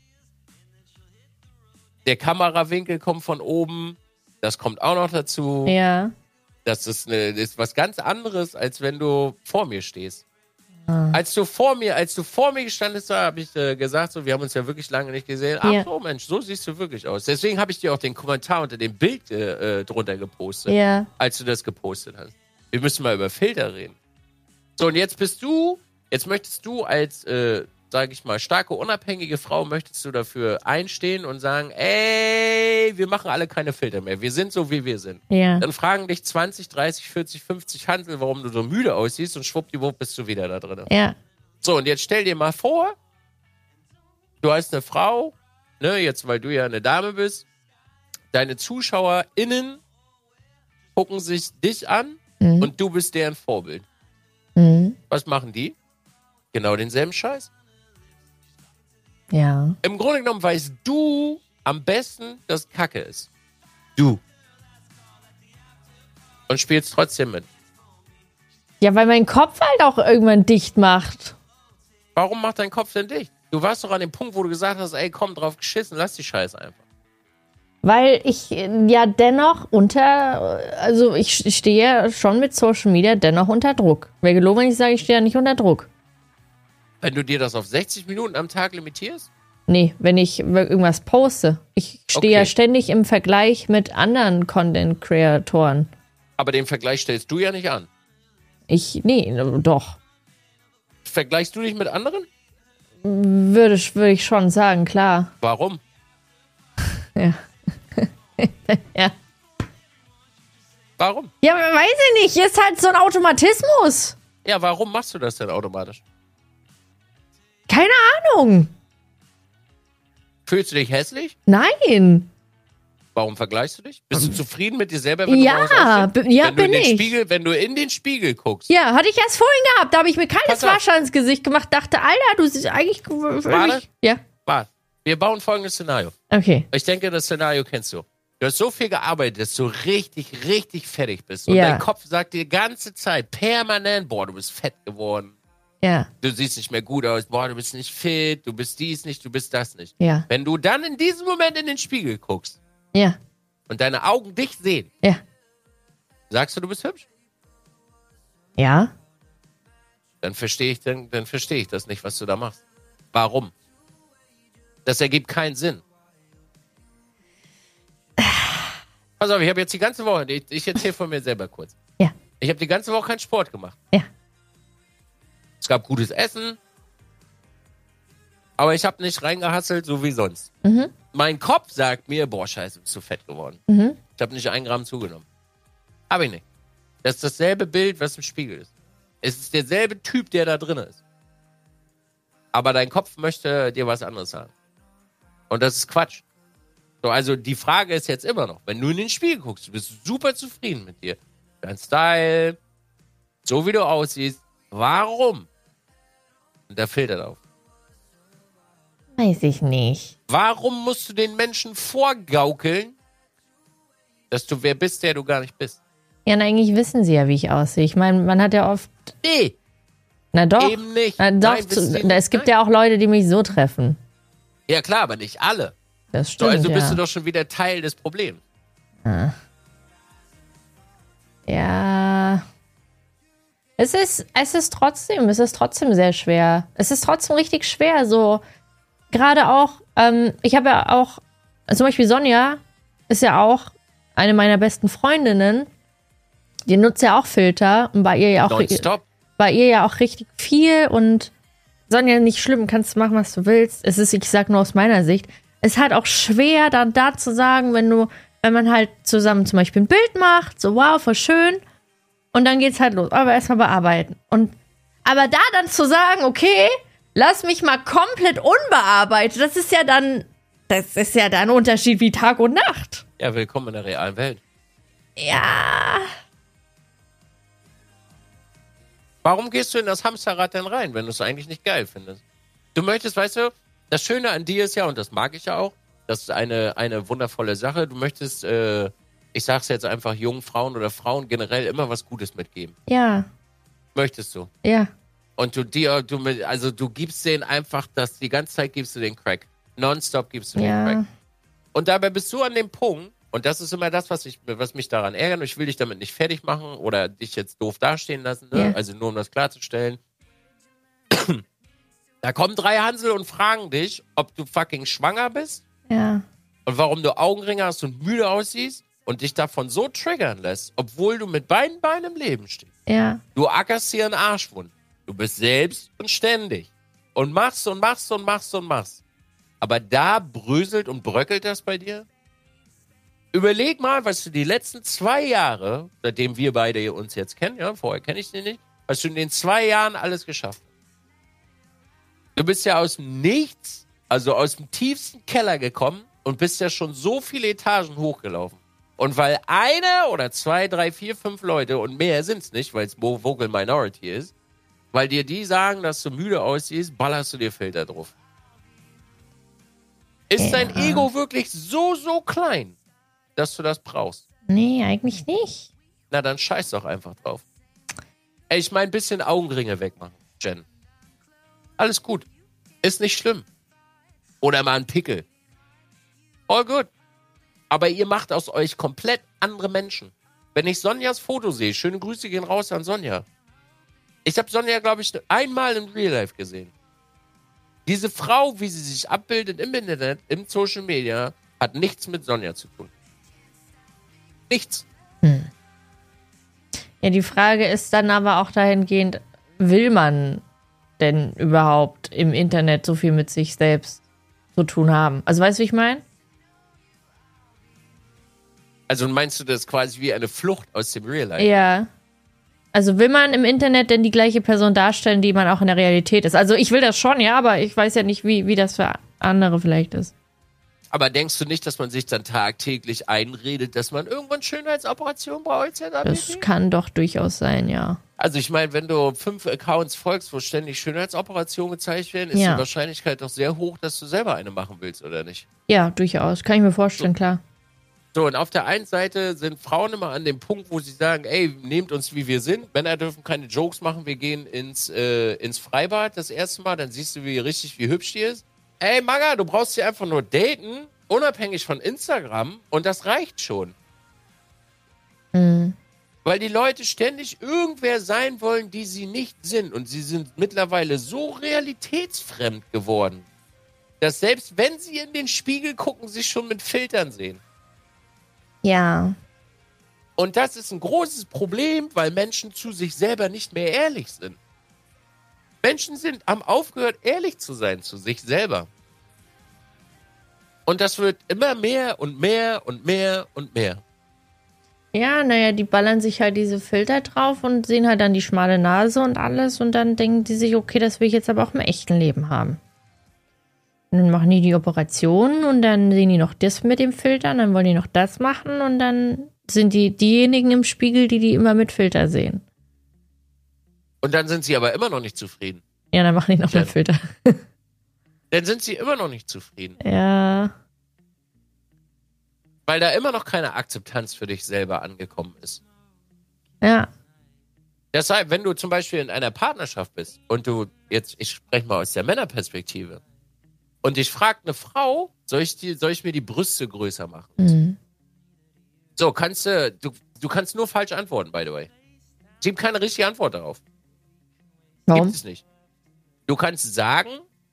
Der Kamerawinkel kommt von oben. Das kommt auch noch dazu. Ja. Das ist, eine, das ist was ganz anderes, als wenn du vor mir stehst. Ah. Als du vor mir, als du vor mir gestanden bist, habe ich äh, gesagt, so, wir haben uns ja wirklich lange nicht gesehen. Ach Ja. so, Mensch, so siehst du wirklich aus. Deswegen habe ich dir auch den Kommentar unter dem Bild äh, äh, drunter gepostet, Ja. als du das gepostet hast. Wir müssen mal über Filter reden. So, und jetzt bist du, jetzt möchtest du als, äh, sage ich mal, starke, unabhängige Frau, möchtest du dafür einstehen und sagen, ey, wir machen alle keine Filter mehr. Wir sind so, wie wir sind. Ja. Dann fragen dich zwanzig, dreißig, vierzig, fünfzig Hansel, warum du so müde aussiehst und schwuppdiwupp bist du wieder da drin. Ja. So, und jetzt stell dir mal vor, du hast eine Frau, ne, jetzt weil du ja eine Dame bist, deine ZuschauerInnen gucken sich dich an Mhm. und du bist deren Vorbild. Mhm. Was machen die? Genau denselben Scheiß. Ja. Im Grunde genommen weißt du am besten, dass Kacke ist. Du. Und spielst trotzdem mit. Ja, weil mein Kopf halt auch irgendwann dicht macht. Warum macht dein Kopf denn dicht? Du warst doch an dem Punkt, wo du gesagt hast, ey, komm, drauf geschissen, lass die Scheiße einfach. Weil ich äh, ja dennoch unter, also ich ich stehe ja schon mit Social Media dennoch unter Druck. Wäre gelogen, wenn ich sage, ich stehe ja nicht unter Druck. Wenn du dir das auf sechzig Minuten am Tag limitierst? Nee, wenn ich irgendwas poste. Ich stehe ja Okay. ständig im Vergleich mit anderen Content-Creatoren. Aber den Vergleich stellst du ja nicht an. Ich, nee, doch. Vergleichst du dich mit anderen? Würde, ich- würde ich schon sagen, klar. Warum? Ja. Ja. Warum? Ja, weiß ich nicht. Ist halt so ein Automatismus. Ja, warum machst du das denn automatisch? Keine Ahnung. Fühlst du dich hässlich? Nein. Warum vergleichst du dich? Bist du zufrieden mit dir selber, wenn Ja, du aussiehst? b- ja, wenn du bin in den ich. Spiegel, wenn du in den Spiegel guckst. Ja, hatte ich erst vorhin gehabt. Da habe ich mir kaltes Pass auf. Wasser ins Gesicht gemacht. Dachte, Alter, du siehst eigentlich... Warte. Ja, Warte, wir bauen folgendes Szenario. okay. Ich denke, das Szenario kennst du. Du hast so viel gearbeitet, dass du richtig, richtig fertig bist. Und Ja. dein Kopf sagt dir die ganze Zeit permanent, boah, du bist fett geworden. Ja, Du siehst nicht mehr gut aus. Boah, du bist nicht fit. Du bist dies nicht, du bist das nicht. ja, Wenn du dann in diesem Moment in den Spiegel guckst ja, und deine Augen dich sehen, ja. sagst du, du bist hübsch? Ja? Dann verstehe ich, dann, dann verstehe ich das nicht, was du da machst. Warum? Das ergibt keinen Sinn. Pass auf, ich habe jetzt die ganze Woche, ich, ich erzähle von mir selber kurz. Ja. Ich habe die ganze Woche keinen Sport gemacht. Ja. Es gab gutes Essen, aber ich habe nicht reingehasselt, so wie sonst. Mhm. Mein Kopf sagt mir, boah, scheiße, bist du fett geworden. Mhm. Ich habe nicht ein Gramm zugenommen. Habe ich nicht. Das ist dasselbe Bild, was im Spiegel ist. Es ist derselbe Typ, der da drin ist. Aber dein Kopf möchte dir was anderes sagen. Und das ist Quatsch. So, also die Frage ist jetzt immer noch, wenn du in den Spiegel guckst, du bist super zufrieden mit dir. Dein Style, so wie du aussiehst, warum? Und der Filter drauf. Weiß ich nicht. Warum musst du den Menschen vorgaukeln, dass du wer bist, der du gar nicht bist? Ja, und eigentlich wissen sie ja, wie ich aussehe. Ich meine, man hat ja oft... Nee, Na doch. eben nicht. Na doch, Nein, wissen sie zu, es gibt nicht. ja auch Leute, die mich so treffen. Ja klar, aber nicht alle. Das So, stimmt, also bist ja. du doch schon wieder Teil des Problems. Ja. Es ist, es ist trotzdem, es ist trotzdem sehr schwer. Es ist trotzdem richtig schwer, so. Gerade auch, ähm, ich habe ja auch, zum Beispiel Sonja ist ja auch eine meiner besten Freundinnen. Die nutzt ja auch Filter und bei ihr ja auch, Nonstop. bei ihr ja auch richtig viel und Sonja, nicht schlimm, kannst du machen, was du willst. Es ist, ich sag nur aus meiner Sicht, es ist halt auch schwer, dann da zu sagen, wenn du, wenn man halt zusammen zum Beispiel ein Bild macht, so wow, voll schön, und dann geht's halt los, aber erstmal bearbeiten. Und Aber da dann zu sagen, okay, lass mich mal komplett unbearbeitet, das ist ja dann, das ist ja dann ein Unterschied wie Tag und Nacht. Ja, willkommen in der realen Welt. Ja. Warum gehst du in das Hamsterrad denn rein, wenn du es eigentlich nicht geil findest? Du möchtest, weißt du, das Schöne an dir ist ja, und das mag ich ja auch, das ist eine, eine wundervolle Sache, du möchtest, äh, ich sag's jetzt einfach, jungen Frauen oder Frauen generell immer was Gutes mitgeben. Ja. Möchtest du. Ja. Und du dir, du mit, also du gibst denen einfach, das die ganze Zeit gibst du den Crack. Nonstop gibst du Ja. den Crack. Und dabei bist du an dem Punkt, und das ist immer das, was, ich, was mich daran ärgert, und ich will dich damit nicht fertig machen oder dich jetzt doof dastehen lassen, ne? Ja. Also nur um das klarzustellen. Da kommen drei Hansel und fragen dich, ob du fucking schwanger bist Ja. und warum du Augenringe hast und müde aussiehst und dich davon so triggern lässt, obwohl du mit beiden Beinen im Leben stehst. Ja. Du ackerst hier einen Arschwund. Du bist selbst und ständig. Und machst und machst und machst und machst. Aber da bröselt und bröckelt das bei dir? Überleg mal, was du die letzten zwei Jahre, seitdem wir beide uns jetzt kennen, ja, vorher kenne ich dich nicht, was du in den zwei Jahren alles geschafft hast. Du bist ja aus dem Nichts, also aus dem tiefsten Keller gekommen und bist ja schon so viele Etagen hochgelaufen. Und weil eine oder zwei, drei, vier, fünf Leute, und mehr sind es nicht, weil es Vocal Minority ist, weil dir die sagen, dass du müde aussiehst, ballerst du dir Filter drauf. Ist Ja. dein Ego wirklich so, so klein, dass du das brauchst? Nee, eigentlich nicht. Na, dann scheiß doch einfach drauf. Ey, ich meine, ein bisschen Augenringe wegmachen, Jen. Alles gut. Ist nicht schlimm. Oder mal ein Pickel. All good. Aber ihr macht aus euch komplett andere Menschen. Wenn ich Sonjas Foto sehe, schöne Grüße gehen raus an Sonja. Ich habe Sonja, glaube ich, einmal im Real Life gesehen. Diese Frau, wie sie sich abbildet im Internet, im Social Media, hat nichts mit Sonja zu tun. Nichts. Ja, die Frage ist dann aber auch dahingehend, will man denn überhaupt im Internet so viel mit sich selbst zu tun haben? Also weißt du, wie ich meine? Also meinst du das quasi wie eine Flucht aus dem Real Life? Ja. Also will man im Internet denn die gleiche Person darstellen, die man auch in der Realität ist? Also ich will das schon, ja, aber ich weiß ja nicht, wie, wie das für andere vielleicht ist. Aber denkst du nicht, dass man sich dann tagtäglich einredet, dass man irgendwann Schönheitsoperation braucht? et cetera? Das kann doch durchaus sein, ja. Also ich meine, wenn du fünf Accounts folgst, wo ständig Schönheitsoperationen gezeigt werden, ist Ja. die Wahrscheinlichkeit doch sehr hoch, dass du selber eine machen willst, oder nicht? Ja, durchaus. Kann ich mir vorstellen, klar. So, und auf der einen Seite sind Frauen immer an dem Punkt, wo sie sagen, ey, nehmt uns, wie wir sind. Männer dürfen keine Jokes machen, wir gehen ins, äh, ins Freibad das erste Mal, dann siehst du, wie richtig, wie hübsch die ist. Ey, Maga, du brauchst sie einfach nur daten, unabhängig von Instagram, und das reicht schon. Mhm. Weil die Leute ständig irgendwer sein wollen, die sie nicht sind. Und sie sind mittlerweile so realitätsfremd geworden, dass selbst wenn sie in den Spiegel gucken, sich schon mit Filtern sehen. Ja. Und das ist ein großes Problem, weil Menschen zu sich selber nicht mehr ehrlich sind. Menschen sind, haben aufgehört, ehrlich zu sein zu sich selber. Und das wird immer mehr und mehr und mehr und mehr. Ja, naja, die ballern sich halt diese Filter drauf und sehen halt dann die schmale Nase und alles und dann denken die sich, okay, das will ich jetzt aber auch im echten Leben haben. Und dann machen die die Operation und dann sehen die noch das mit dem Filter und dann wollen die noch das machen und dann sind die diejenigen im Spiegel, die die immer mit Filter sehen. Und dann sind sie aber immer noch nicht zufrieden. Ja, dann machen die noch Ja. mehr Filter. Dann sind sie immer noch nicht zufrieden. Ja, Weil da immer noch keine Akzeptanz für dich selber angekommen ist. ja, Deshalb, wenn du zum Beispiel in einer Partnerschaft bist und du, jetzt, ich spreche mal aus der Männerperspektive, und dich fragt eine Frau, soll ich, die, soll ich mir die Brüste größer machen? mhm. So, kannst du, du, du kannst nur falsch antworten, by the way. Es gibt keine richtige Antwort darauf. Warum? Gibt es nicht. Du kannst sagen,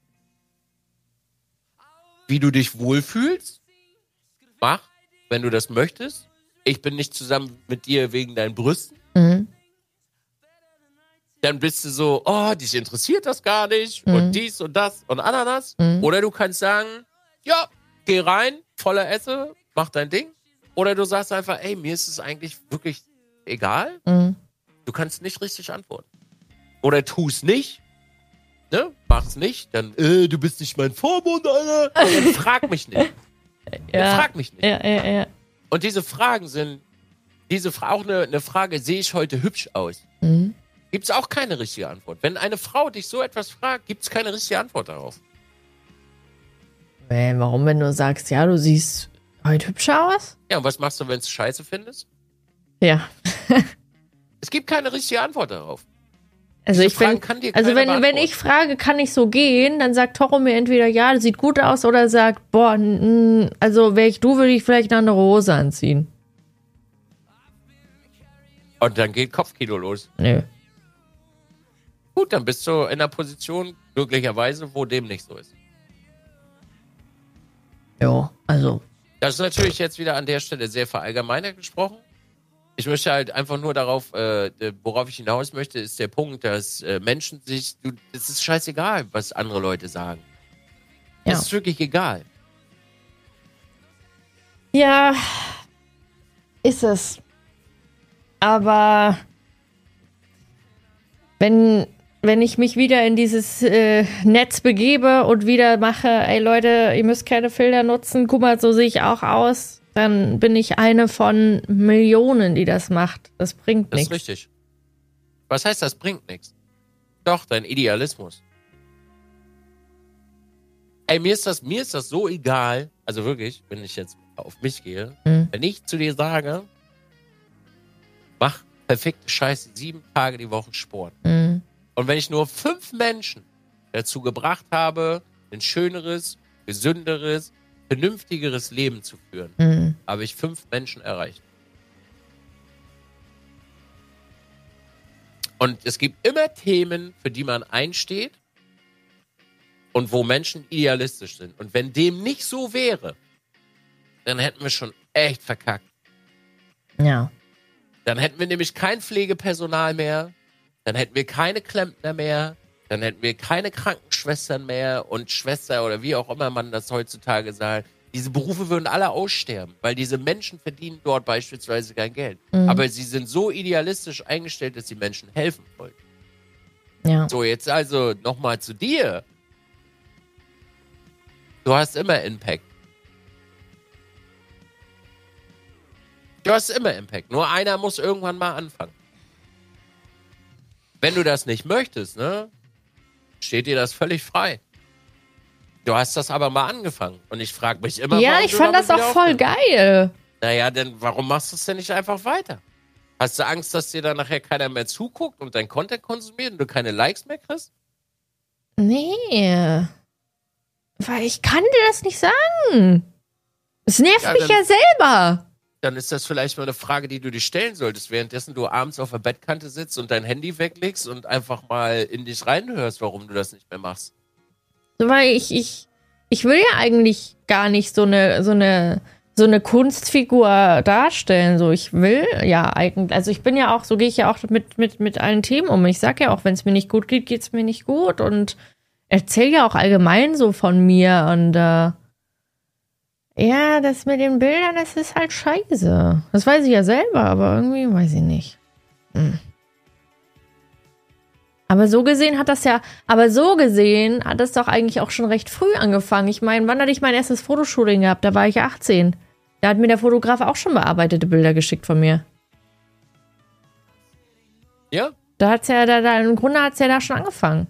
wie du dich wohlfühlst. Mach, wenn du das möchtest. Ich bin nicht zusammen mit dir wegen deinen Brüsten. Mhm. Dann bist du so, oh, dich interessiert das gar nicht. Mhm. Und dies und das und Ananas. Mhm. Oder du kannst sagen, ja, geh rein, voller Esse, mach dein Ding. Oder du sagst einfach, ey, mir ist es eigentlich wirklich egal. Mhm. Du kannst nicht richtig antworten. Oder tu's nicht. Ne? Mach's nicht. Dann, äh, du bist nicht mein Vormund, Alter. Dann frag mich nicht. Dann Ja. frag mich nicht. Ja, ja, ja. Und diese Fragen sind, diese Fra auch eine, eine Frage, sehe ich heute hübsch aus? Mhm. Gibt's auch keine richtige Antwort. Wenn eine Frau dich so etwas fragt, gibt's keine richtige Antwort darauf. Äh, warum, wenn du sagst, ja, du siehst heute hübscher aus? Ja, und was machst du, wenn du Scheiße findest? Ja. Es gibt keine richtige Antwort darauf. Also Diese ich bin, Fragen kann dir also keiner wenn, wenn beantworten. ich frage, kann ich so gehen, dann sagt Toro mir entweder, ja, das sieht gut aus, oder sagt, boah, n- also wäre ich du, würde ich vielleicht eine andere Hose anziehen. Und dann geht Kopfkino los. Nö. Gut, dann bist du in einer Position, glücklicherweise, wo dem nicht so ist. Ja, also. Das ist natürlich jetzt wieder an der Stelle sehr verallgemeinert gesprochen. Ich möchte halt einfach nur darauf, äh, worauf ich hinaus möchte, ist der Punkt, dass äh, Menschen sich, du, es ist scheißegal, was andere Leute sagen. Ja. Es ist wirklich egal. Ja, ist es. Aber wenn, wenn ich mich wieder in dieses äh, Netz begebe und wieder mache, ey Leute, ihr müsst keine Filter nutzen, guck mal, so sehe ich auch aus, dann bin ich eine von Millionen, die das macht. Das bringt Das ist nichts. richtig. Was heißt, das bringt nichts? Doch, dein Idealismus. Ey, mir ist das, mir ist das so egal, also wirklich, wenn ich jetzt auf mich gehe, Mhm. wenn ich zu dir sage, mach perfekte Scheiße, sieben Tage die Woche Sport. Mhm. Und wenn ich nur fünf Menschen dazu gebracht habe, ein schöneres, gesünderes, vernünftigeres Leben zu führen, Mhm. habe ich fünf Menschen erreicht. Und es gibt immer Themen, für die man einsteht und wo Menschen idealistisch sind. Und wenn dem nicht so wäre, dann hätten wir schon echt verkackt. Ja. Dann hätten wir nämlich kein Pflegepersonal mehr, dann hätten wir keine Klempner mehr, dann hätten wir keine Krankenschwestern mehr und Schwester oder wie auch immer man das heutzutage sagt. Diese Berufe würden alle aussterben, weil diese Menschen verdienen dort beispielsweise kein Geld. Mhm. Aber sie sind so idealistisch eingestellt, dass sie Menschen helfen wollen. Ja. So, jetzt also nochmal zu dir. Du hast immer Impact. Du hast immer Impact. Nur einer muss irgendwann mal anfangen. Wenn du das nicht möchtest, ne, steht dir das völlig frei. Du hast das aber mal angefangen. Und ich frage mich immer, Ja, warum ich du fand damit das auch wieder voll aufhörst. geil. Naja, denn warum machst du es denn nicht einfach weiter? Hast du Angst, dass dir dann nachher keiner mehr zuguckt und dein Content konsumiert und du keine Likes mehr kriegst? Nee. Weil ich kann dir das nicht sagen. Es nervt Ja, mich dann- ja selber. Dann ist das vielleicht mal eine Frage, die du dir stellen solltest, währenddessen du abends auf der Bettkante sitzt und dein Handy weglegst und einfach mal in dich reinhörst, warum du das nicht mehr machst. So, weil ich, ich, ich will ja eigentlich gar nicht so eine, so eine, so eine Kunstfigur darstellen. So, ich will ja eigentlich, also ich bin ja auch, so gehe ich ja auch mit, mit, mit allen Themen um. Ich sag ja auch, wenn es mir nicht gut geht, geht es mir nicht gut und erzähle ja auch allgemein so von mir und äh, ja, das mit den Bildern, das ist halt scheiße. Das weiß ich ja selber, aber irgendwie weiß ich nicht. Hm. Aber so gesehen hat das ja, aber so gesehen hat das doch eigentlich auch schon recht früh angefangen. Ich meine, wann hatte ich mein erstes Fotoshooting gehabt? Da war ich achtzehn. Da hat mir der Fotograf auch schon bearbeitete Bilder geschickt von mir. Ja? Da hat's ja, da, da, im Grunde hat's ja da schon angefangen.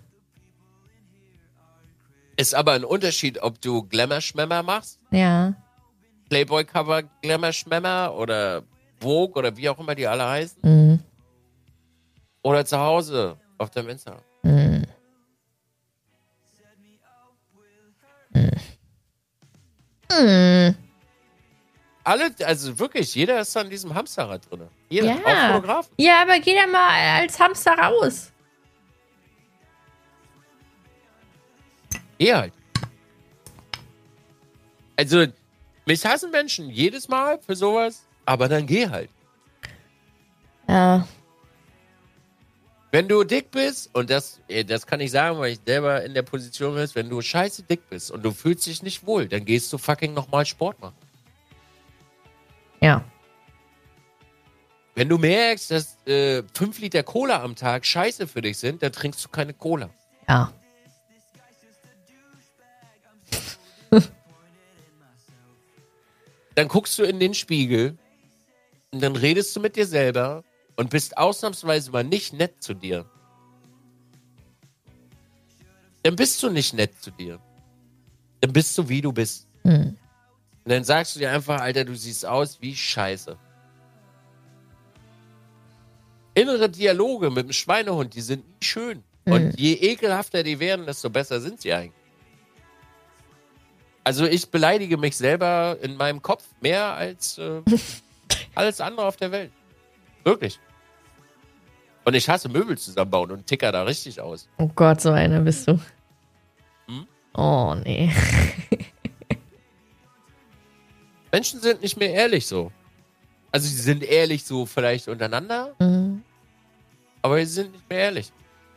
Ist aber ein Unterschied, ob du Glamour-Schmemmer machst, Ja. Playboy-Cover Glamour-Schmemmer oder Vogue oder wie auch immer die alle heißen, Mhm. oder zu Hause auf deinem Instagram. Mhm. Mhm. Alle, also wirklich, jeder ist da in diesem Hamsterrad drin. Jeder, Ja. auch Fotografen. Ja, aber geh da mal als Hamster raus. Geh halt. Also, mich hassen Menschen jedes Mal für sowas, aber dann geh halt. Ja. Wenn du dick bist, und das, eh, das kann ich sagen, weil ich selber in der Position bin, wenn du scheiße dick bist und du fühlst dich nicht wohl, dann gehst du fucking nochmal Sport machen. Ja. Wenn du merkst, dass äh, fünf Liter Cola am Tag scheiße für dich sind, dann trinkst du keine Cola. Ja. Dann guckst du in den Spiegel und dann redest du mit dir selber und bist ausnahmsweise mal nicht nett zu dir. Dann bist du nicht nett zu dir. Dann bist du, wie du bist. Hm. Und dann sagst du dir einfach, Alter, du siehst aus wie Scheiße. Innere Dialoge mit dem Schweinehund, die sind nie schön. Hm. Und je ekelhafter die werden, desto besser sind sie eigentlich. Also ich beleidige mich selber in meinem Kopf mehr als äh, alles andere auf der Welt. Wirklich. Und ich hasse Möbel zusammenbauen und ticker da richtig aus. Oh Gott, so einer bist du. Hm? Oh, nee. Menschen sind nicht mehr ehrlich so. Also sie sind ehrlich so vielleicht untereinander, Mhm. aber sie sind nicht mehr ehrlich.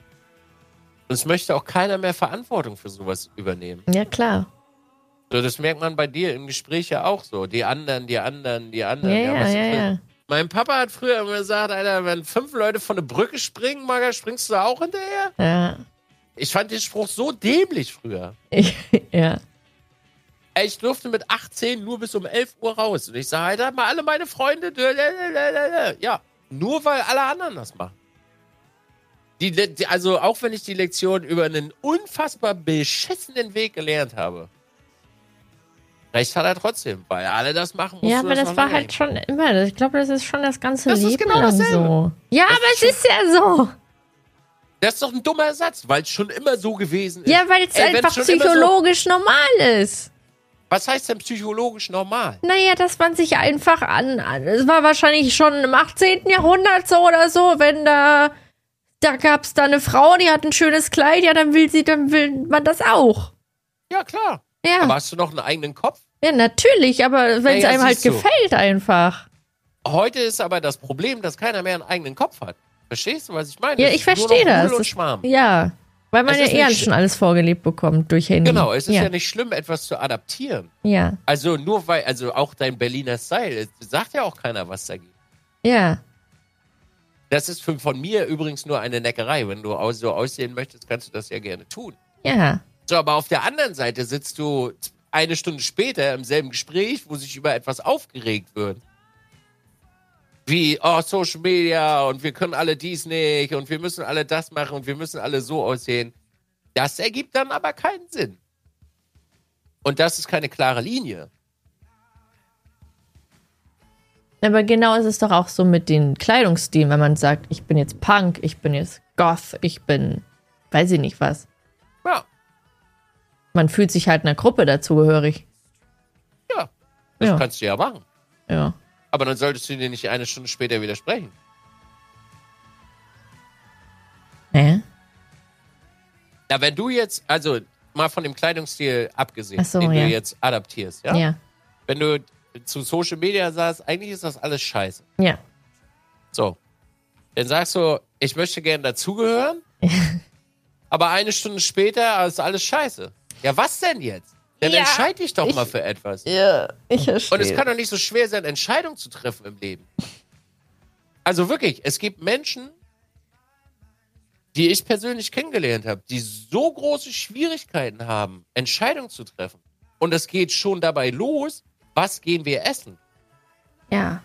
Und es möchte auch keiner mehr Verantwortung für sowas übernehmen. Ja, klar. So, das merkt man bei dir im Gespräch ja auch so. Die anderen, die anderen, die anderen. Ja, ja, was ja, ist das? ja. Mein Papa hat früher immer gesagt, Alter, wenn fünf Leute von der Brücke springen, Maga, springst du auch hinterher? Ja. Ich fand den Spruch so dämlich früher. Ja. Ey, ich durfte mit achtzehn nur bis um elf Uhr raus. Und ich sage, Alter, mal alle meine Freunde. Ja, nur weil alle anderen das machen. Die, die, also auch wenn ich die Lektion über einen unfassbar beschissenen Weg gelernt habe. Recht hat er trotzdem, weil alle das machen. Ja, aber das war halt schon immer, ich glaube, das ist schon das ganze Leben ist genau lang so. Ja, aber es ist ja so. Das ist doch ein dummer Satz, weil es schon immer so gewesen ist. Ja, weil es einfach psychologisch so, normal ist. Was heißt denn psychologisch normal? Naja, dass man sich einfach an, an es war wahrscheinlich schon im achtzehnten Jahrhundert so oder so, wenn da, da gab es da eine Frau, die hat ein schönes Kleid, ja, dann will sie, dann will man das auch. Ja, klar. Ja. Aber hast du noch einen eigenen Kopf? Ja, natürlich, aber wenn es naja, einem halt du. gefällt einfach. Heute ist aber das Problem, dass keiner mehr einen eigenen Kopf hat. Verstehst du, was ich meine? Ja, ich verstehe das. Und Schwarm. Ja, weil man ja eher schon alles vorgelebt bekommt durch Handy. Genau, es ist ja. ja nicht schlimm, etwas zu adaptieren. Ja. Also nur weil, also auch dein Berliner Style, sagt ja auch keiner was dagegen. Ja. Das ist für, von mir übrigens nur eine Neckerei. Wenn du so aussehen möchtest, kannst du das ja gerne tun. Ja. So, aber auf der anderen Seite sitzt du eine Stunde später im selben Gespräch, wo sich über etwas aufgeregt wird. Wie, oh, Social Media und wir können alle dies nicht und wir müssen alle das machen und wir müssen alle so aussehen. Das ergibt dann aber keinen Sinn. Und das ist keine klare Linie. Aber genau ist es doch auch so mit den Kleidungsstilen, wenn man sagt, ich bin jetzt Punk, ich bin jetzt Goth, ich bin, weiß ich nicht was. Ja. Man fühlt sich halt einer Gruppe dazugehörig. Ja, das ja. kannst du ja machen. Ja. Aber dann solltest du dir nicht eine Stunde später widersprechen. Hä? Ja, wenn du jetzt, also mal von dem Kleidungsstil abgesehen, so, den ja. du jetzt adaptierst, ja? Ja. Wenn du zu Social Media sagst, eigentlich ist das alles scheiße. Ja. So. Dann sagst du, ich möchte gerne dazugehören, aber eine Stunde später ist alles scheiße. Ja, was denn jetzt? Dann Ja, entscheide dich doch ich, mal für etwas. Ja, ich verstehe. Und es kann doch nicht so schwer sein, Entscheidungen zu treffen im Leben. Also wirklich, es gibt Menschen, die ich persönlich kennengelernt habe, die so große Schwierigkeiten haben, Entscheidungen zu treffen. Und es geht schon dabei los, was gehen wir essen? Ja.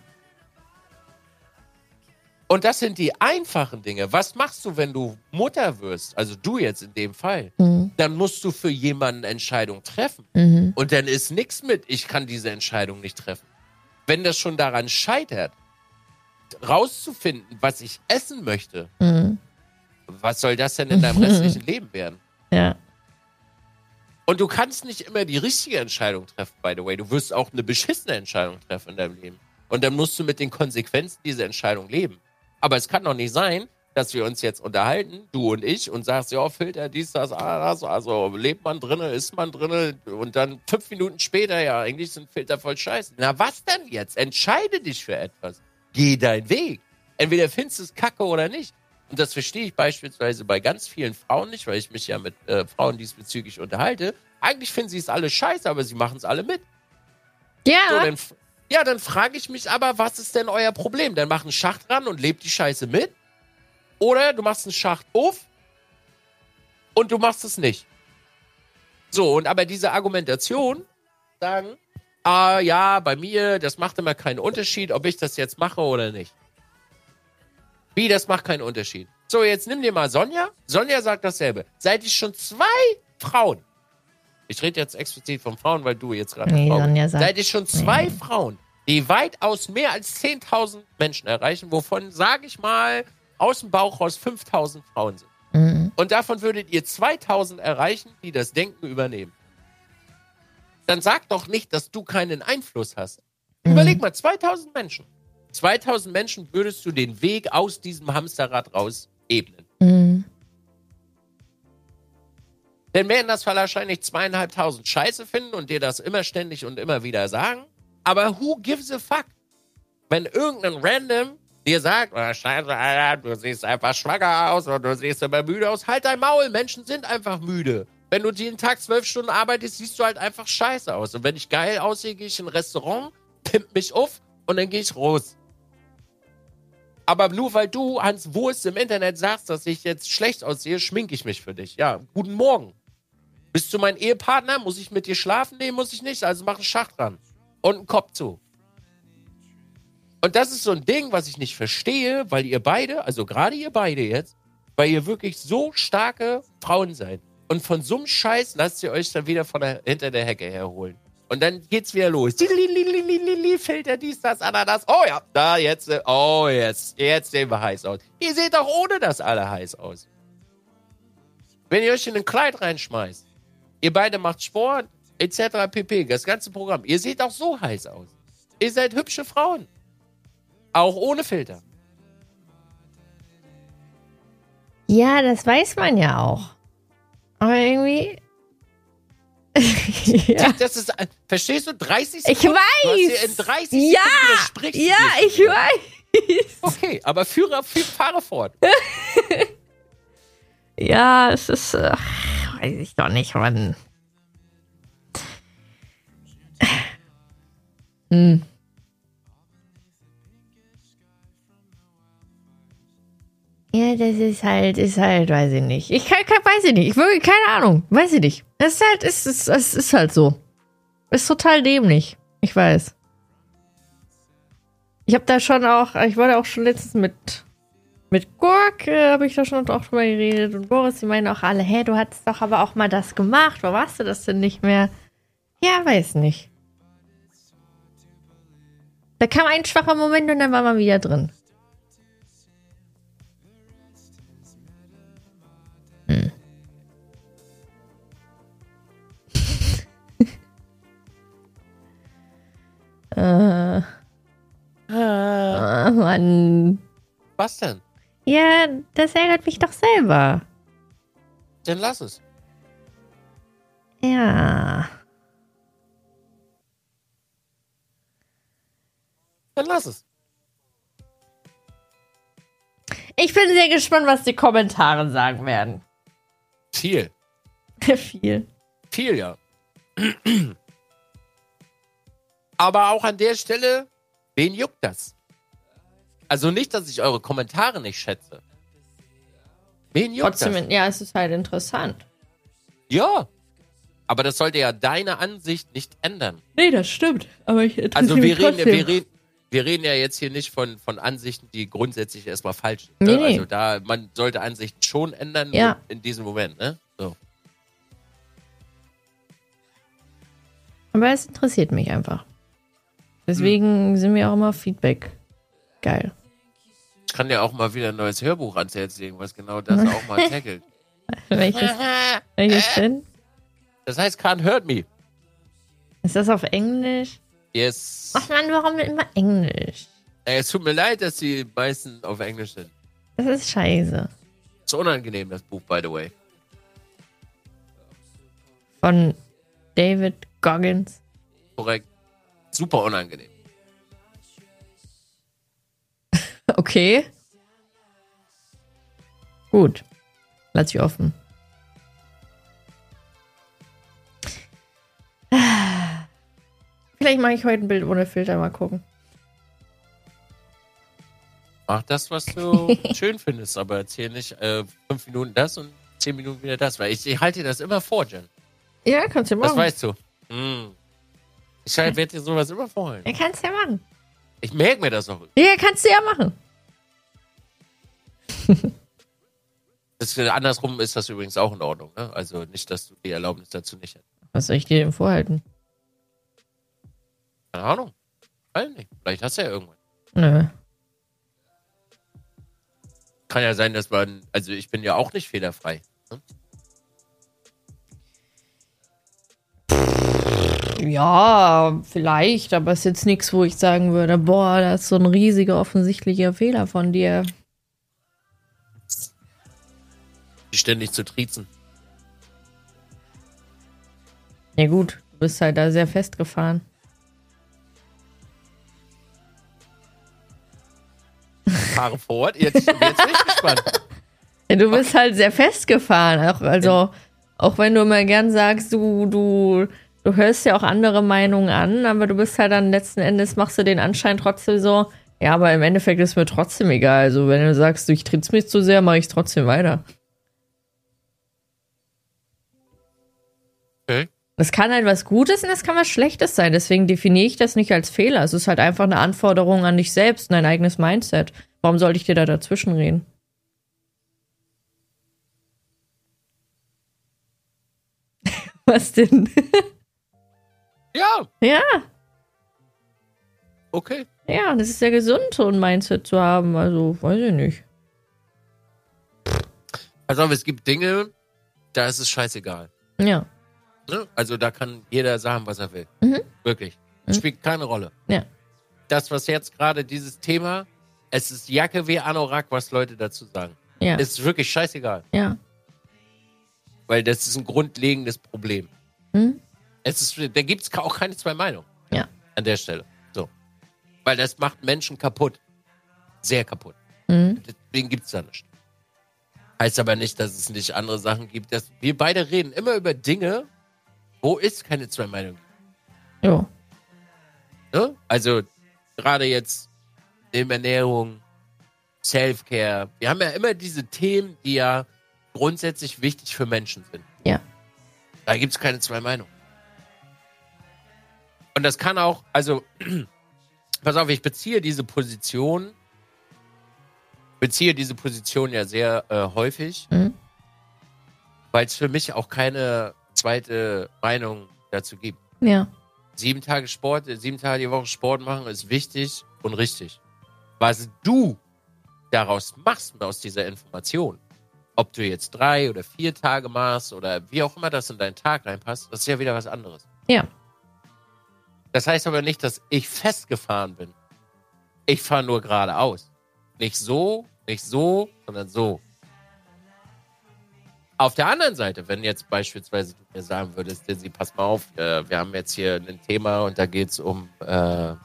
Und das sind die einfachen Dinge. Was machst du, wenn du Mutter wirst? Also du jetzt in dem Fall. Mhm. Dann musst du für jemanden Entscheidung treffen. Mhm. Und dann ist nichts mit, ich kann diese Entscheidung nicht treffen. Wenn das schon daran scheitert, rauszufinden, was ich essen möchte, Mhm. was soll das denn in deinem restlichen Leben werden? Ja. Und du kannst nicht immer die richtige Entscheidung treffen, by the way. Du wirst auch eine beschissene Entscheidung treffen in deinem Leben. Und dann musst du mit den Konsequenzen dieser Entscheidung leben. Aber es kann doch nicht sein, dass wir uns jetzt unterhalten, du und ich, und sagst, ja, Filter, dies, das, ah, das, also lebt man drinne, ist man drinne, und dann fünf Minuten später, ja, eigentlich sind Filter voll scheiße. Na, was denn jetzt? Entscheide dich für etwas. Geh deinen Weg. Entweder findest du es kacke oder nicht. Und das verstehe ich beispielsweise bei ganz vielen Frauen nicht, weil ich mich ja mit äh, Frauen diesbezüglich unterhalte. Eigentlich finden sie es alle scheiße, aber sie machen es alle mit. Ja. So, dann, Ja, dann frage ich mich aber, was ist denn euer Problem? Dann mach einen Schacht ran und lebt die Scheiße mit. Oder du machst einen Schacht auf und du machst es nicht. So, und aber diese Argumentation, sagen, ah ja, bei mir, das macht immer keinen Unterschied, ob ich das jetzt mache oder nicht. Wie, das macht keinen Unterschied. So, jetzt nimm dir mal Sonja. Sonja sagt dasselbe. Seit ich schon zwei Frauen, ich rede jetzt explizit von Frauen, weil du jetzt gerade Nee, Frau Sonja bist. sagt- Seit ich schon zwei Nee. Frauen, die weitaus mehr als zehntausend Menschen erreichen, wovon, sage ich mal, aus dem Bauch raus fünftausend Frauen sind. Mhm. Und davon würdet ihr zweitausend erreichen, die das Denken übernehmen. Dann sag doch nicht, dass du keinen Einfluss hast. Mhm. Überleg mal, zweitausend Menschen. zweitausend Menschen würdest du den Weg aus diesem Hamsterrad raus ebnen. Mhm. Dann werden das wahrscheinlich zweieinhalbtausend Scheiße finden und dir das immer ständig und immer wieder sagen. Aber who gives a fuck? Wenn irgendein Random dir sagt, oh, Scheiße, Alter, du siehst einfach schwanger aus oder du siehst immer müde aus, halt dein Maul, Menschen sind einfach müde. Wenn du jeden Tag zwölf Stunden arbeitest, siehst du halt einfach scheiße aus. Und wenn ich geil aussehe, gehe ich in ein Restaurant, pimp mich auf und dann gehe ich raus. Aber nur weil du, Hans Wurst, im Internet sagst, dass ich jetzt schlecht aussehe, schminke ich mich für dich. Ja, guten Morgen. Bist du mein Ehepartner? Muss ich mit dir schlafen? Nee, muss ich nicht. Also mach einen Schacht dran. Und einen Kopf zu. Und das ist so ein Ding, was ich nicht verstehe, weil ihr beide, also gerade ihr beide jetzt, weil ihr wirklich so starke Frauen seid. Und von so einem Scheiß lasst ihr euch dann wieder von der, hinter der Hecke herholen. Und dann geht's wieder los. Filter, dies, das, Ananas. Oh ja, da jetzt, äh, oh jetzt, jetzt sehen wir heiß aus. Ihr seht doch ohne das alle heiß aus. Wenn ihr euch in ein Kleid reinschmeißt, ihr beide macht Sport, et cetera pp. Das ganze Programm. Ihr seht auch so heiß aus. Ihr seid hübsche Frauen. Auch ohne Filter. Ja, das weiß man ja auch. Aber irgendwie. ja. Das ist, verstehst du, dreißig Ich Sekunden? Du hast dir weiß. in dreißig Ja, Sekunden widersprichst du ja, dir schon ich wieder. weiß. Okay, aber führe, führe, fahre fort. Ja, es ist, ach, weiß ich doch nicht, wann. Hm. Ja, das ist halt, ist halt, weiß ich nicht. Ich kann, kann weiß ich nicht. Ich wirklich, keine Ahnung. Weiß ich nicht. Es ist halt, es ist, es ist halt so. Ist total dämlich. Ich weiß. Ich habe da schon auch, ich wurde auch schon letztens mit, mit Gork, äh, habe ich da schon auch drüber geredet. Und Boris, die meinen auch alle, hä, du hattest doch aber auch mal das gemacht. Warum machst du das denn nicht mehr? Ja, weiß nicht. Da kam ein schwacher Moment und dann war man wieder drin. Hm. äh. Ah, Mann. Was denn? Ja, das ärgert mich doch selber. Dann lass es. Ja. Dann lass es. Ich bin sehr gespannt, was die Kommentare sagen werden. Viel. Viel. Viel, ja. Aber auch an der Stelle, wen juckt das? Also nicht, dass ich eure Kommentare nicht schätze. Wen juckt Trotzdem, das? ja, es ist halt interessant. Ja. Aber das sollte ja deine Ansicht nicht ändern. Nee, das stimmt. Aber ich interessiere Also wir mich reden, trotzdem. wir, reden, wir reden ja jetzt hier nicht von, von Ansichten, die grundsätzlich erstmal falsch sind. Nee, Ne? nee. Also da, man sollte Ansichten schon ändern, nur Ja. in diesem Moment, ne? So. Aber es interessiert mich einfach. Deswegen sind wir auch immer Feedback. Geil. Ich kann dir auch mal wieder ein neues Hörbuch ans Herz legen, was genau das auch mal tackelt. Welches, welches denn? Das heißt, Can't Hurt Me. Ist das auf Englisch? Yes. Ach man, warum immer Englisch? Ey, es tut mir leid, dass die meisten auf Englisch sind. Das ist scheiße. Ist unangenehm, das Buch, by the way. Von David Goggins. Korrekt. Super unangenehm. Okay. Gut. Lass ich offen. Vielleicht mache ich heute ein Bild ohne Filter, mal gucken. Mach das, was du schön findest, aber erzähl nicht äh, fünf Minuten das und zehn Minuten wieder das, weil ich, ich halte dir das immer vor, Jen. Ja, kannst du machen. Das weißt du. Hm. Ich werde dir sowas immer vorhalten. Ja, kannst du ja machen. Ich merke mir das auch. Ja, kannst du ja machen. Das, andersrum ist das übrigens auch in Ordnung, ne? Also nicht, dass du die Erlaubnis dazu nicht hättest. Was soll ich dir denn vorhalten? Keine Ahnung. Weiß nicht. Vielleicht hast du ja irgendwann. Nö. Kann ja sein, dass man, also ich bin ja auch nicht fehlerfrei. Ne? Ja, vielleicht, aber es ist jetzt nichts, wo ich sagen würde, boah, das ist so ein riesiger offensichtlicher Fehler von dir. Die ständig zu triezen. Ja gut, du bist halt da sehr festgefahren. Fahre fort. Jetzt, jetzt bin ich gespannt. Ja, du bist halt sehr festgefahren. Auch, also, auch wenn du immer gern sagst, du, du, du hörst ja auch andere Meinungen an, aber du bist halt dann letzten Endes, machst du den Anschein trotzdem so, ja, aber im Endeffekt ist mir trotzdem egal. Also, wenn du sagst, du, ich tritt's mich zu sehr, mache ich es trotzdem weiter. Okay. Das kann halt was Gutes und das kann was Schlechtes sein. Deswegen definiere ich das nicht als Fehler. Es ist halt einfach eine Anforderung an dich selbst, dein eigenes Mindset. Warum sollte ich dir da dazwischen reden? Was denn? Ja. Ja, Okay. ja, das ist ja gesund, so ein Mindset zu haben. Also, weiß ich nicht. Pass auf, es gibt Dinge, da ist es scheißegal. Ja. Ne? Also da kann jeder sagen, was er will. Mhm. Wirklich. Mhm. Spielt keine Rolle. Ja. Das, was jetzt gerade dieses Thema, es ist Jacke wie Anorak, was Leute dazu sagen. Ja. Ist wirklich scheißegal. Ja. Weil das ist ein grundlegendes Problem. Mhm. Es ist, da gibt es auch keine zwei Meinungen. Ja. An der Stelle. So. Weil das macht Menschen kaputt. Sehr kaputt. Mhm. Deswegen gibt es da nichts. Heißt aber nicht, dass es nicht andere Sachen gibt. Dass wir beide reden immer über Dinge, wo es keine zwei Meinungen gibt. Jo. Ne? Also gerade jetzt Ernährung, Self-Care. Wir haben ja immer diese Themen, die ja grundsätzlich wichtig für Menschen sind. Ja. Da gibt es keine zwei Meinungen. Und das kann auch, also, pass auf, ich beziehe diese Position, beziehe diese Position ja sehr äh, häufig, Mhm. weil es für mich auch keine zweite Meinung dazu gibt. Ja. Sieben Tage Sport, sieben Tage die Woche Sport machen ist wichtig und richtig. Was du daraus machst aus dieser Information, ob du jetzt drei oder vier Tage machst oder wie auch immer das in deinen Tag reinpasst, das ist ja wieder was anderes. Ja. Das heißt aber nicht, dass ich festgefahren bin. Ich fahre nur geradeaus. Nicht so, nicht so, sondern so. Auf der anderen Seite, wenn jetzt beispielsweise du mir sagen würdest, Dizzy, pass mal auf, äh, wir haben jetzt hier ein Thema und da geht es um, äh,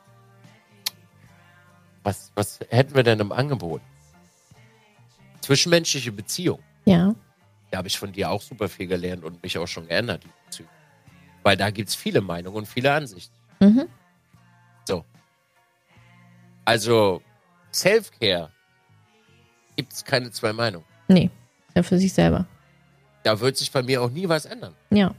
was, was hätten wir denn im Angebot? Zwischenmenschliche Beziehung. Ja. Da habe ich von dir auch super viel gelernt und mich auch schon geändert. Weil da gibt es viele Meinungen und viele Ansichten. Mhm. So. Also, Self-Care gibt es keine zwei Meinungen. Nee. Ja, für sich selber. Da wird sich bei mir auch nie was ändern. Ja.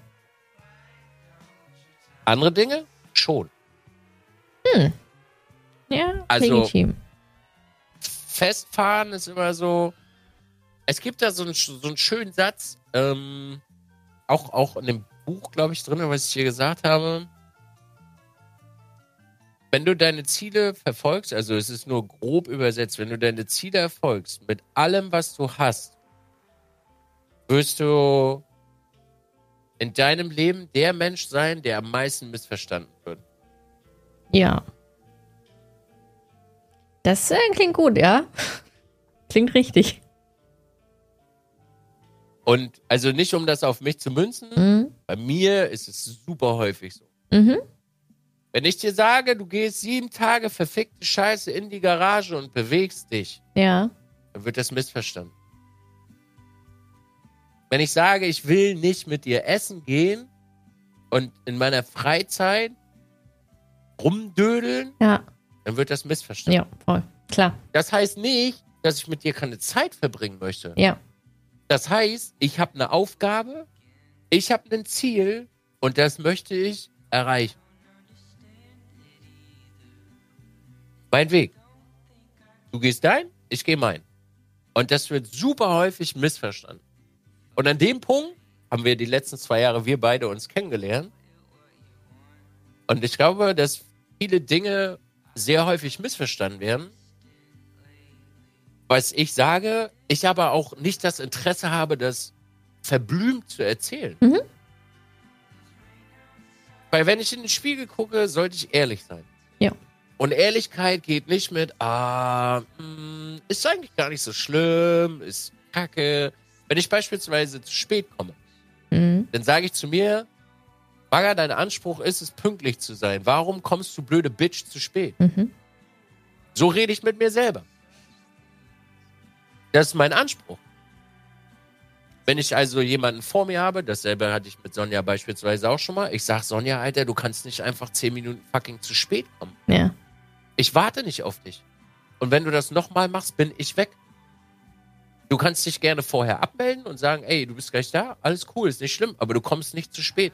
Andere Dinge? Schon. Hm. Ja, Also- legitim. Festfahren ist immer so. Es gibt da so einen, so einen schönen Satz, ähm, auch, auch in dem Buch, glaube ich, drin, was ich hier gesagt habe. Wenn du deine Ziele verfolgst, also es ist nur grob übersetzt, wenn du deine Ziele erfolgst mit allem, was du hast, wirst du in deinem Leben der Mensch sein, der am meisten missverstanden wird. Ja. Das äh, klingt gut, ja. Klingt richtig. Und also nicht, um das auf mich zu münzen, Mhm. bei mir ist es super häufig so. Mhm. Wenn ich dir sage, du gehst sieben Tage verfickte Scheiße in die Garage und bewegst dich, Ja. dann wird das missverstanden. Wenn ich sage, ich will nicht mit dir essen gehen und in meiner Freizeit rumdödeln, Ja. dann wird das missverstanden. Ja, voll. Klar. Das heißt nicht, dass ich mit dir keine Zeit verbringen möchte. Ja. Das heißt, ich habe eine Aufgabe, ich habe ein Ziel und das möchte ich erreichen. Mein Weg. Du gehst dein, ich gehe mein. Und das wird super häufig missverstanden. Und an dem Punkt haben wir die letzten zwei Jahre, wir beide uns kennengelernt. Und ich glaube, dass viele Dinge sehr häufig missverstanden werden. Was ich sage, ich aber auch nicht das Interesse habe, das verblümt zu erzählen. Mhm. Weil wenn ich in den Spiegel gucke, sollte ich ehrlich sein. Ja. Und Ehrlichkeit geht nicht mit, ah, mh, ist eigentlich gar nicht so schlimm, ist kacke. Wenn ich beispielsweise zu spät komme, Mhm. dann sage ich zu mir, Bagger, dein Anspruch ist es, pünktlich zu sein. Warum kommst du, blöde Bitch, zu spät? Mhm. So rede ich mit mir selber. Das ist mein Anspruch. Wenn ich also jemanden vor mir habe, dasselbe hatte ich mit Sonja beispielsweise auch schon mal, ich sag, Sonja, Alter, du kannst nicht einfach zehn Minuten fucking zu spät kommen. Ja. Ich warte nicht auf dich. Und wenn du das nochmal machst, bin ich weg. Du kannst dich gerne vorher abmelden und sagen, ey, du bist gleich da, alles cool, ist nicht schlimm, aber du kommst nicht zu spät.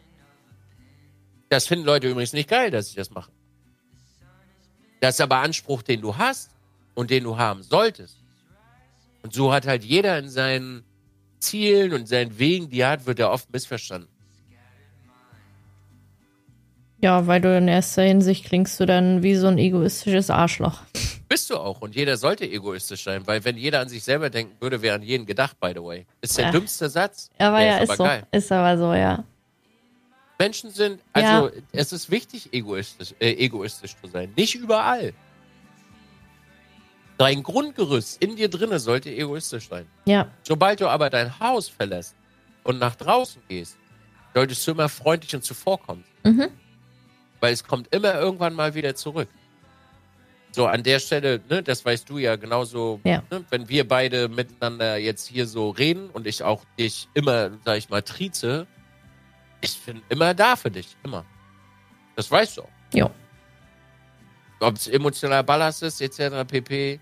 Das finden Leute übrigens nicht geil, dass ich das mache. Das ist aber Anspruch, den du hast und den du haben solltest. Und so hat halt jeder in seinen Zielen und seinen Wegen, die er hat, wird er oft missverstanden. Ja, weil du in erster Hinsicht klingst du dann wie so ein egoistisches Arschloch. Bist du auch. Und jeder sollte egoistisch sein, weil wenn jeder an sich selber denken würde, wäre an jeden gedacht, by the way. Ist der Ja. dümmste Satz. Aber der ja, ist ist aber so. geil. Ist aber so, ja. Menschen sind, also es ist wichtig, egoistisch, äh, egoistisch zu sein. Nicht überall. Dein Grundgerüst in dir drinne sollte egoistisch sein. Ja. Sobald du aber dein Haus verlässt und nach draußen gehst, solltest du immer freundlich und zuvorkommen. Mhm. Weil es kommt immer irgendwann mal wieder zurück. So, an der Stelle, ne, das weißt du ja genauso, Ja. ne, wenn wir beide miteinander jetzt hier so reden und ich auch dich immer, sag ich mal, trieze, ich bin immer da für dich, immer. Das weißt du auch. Jo. Ob es emotionaler Ballast ist, et cetera pp.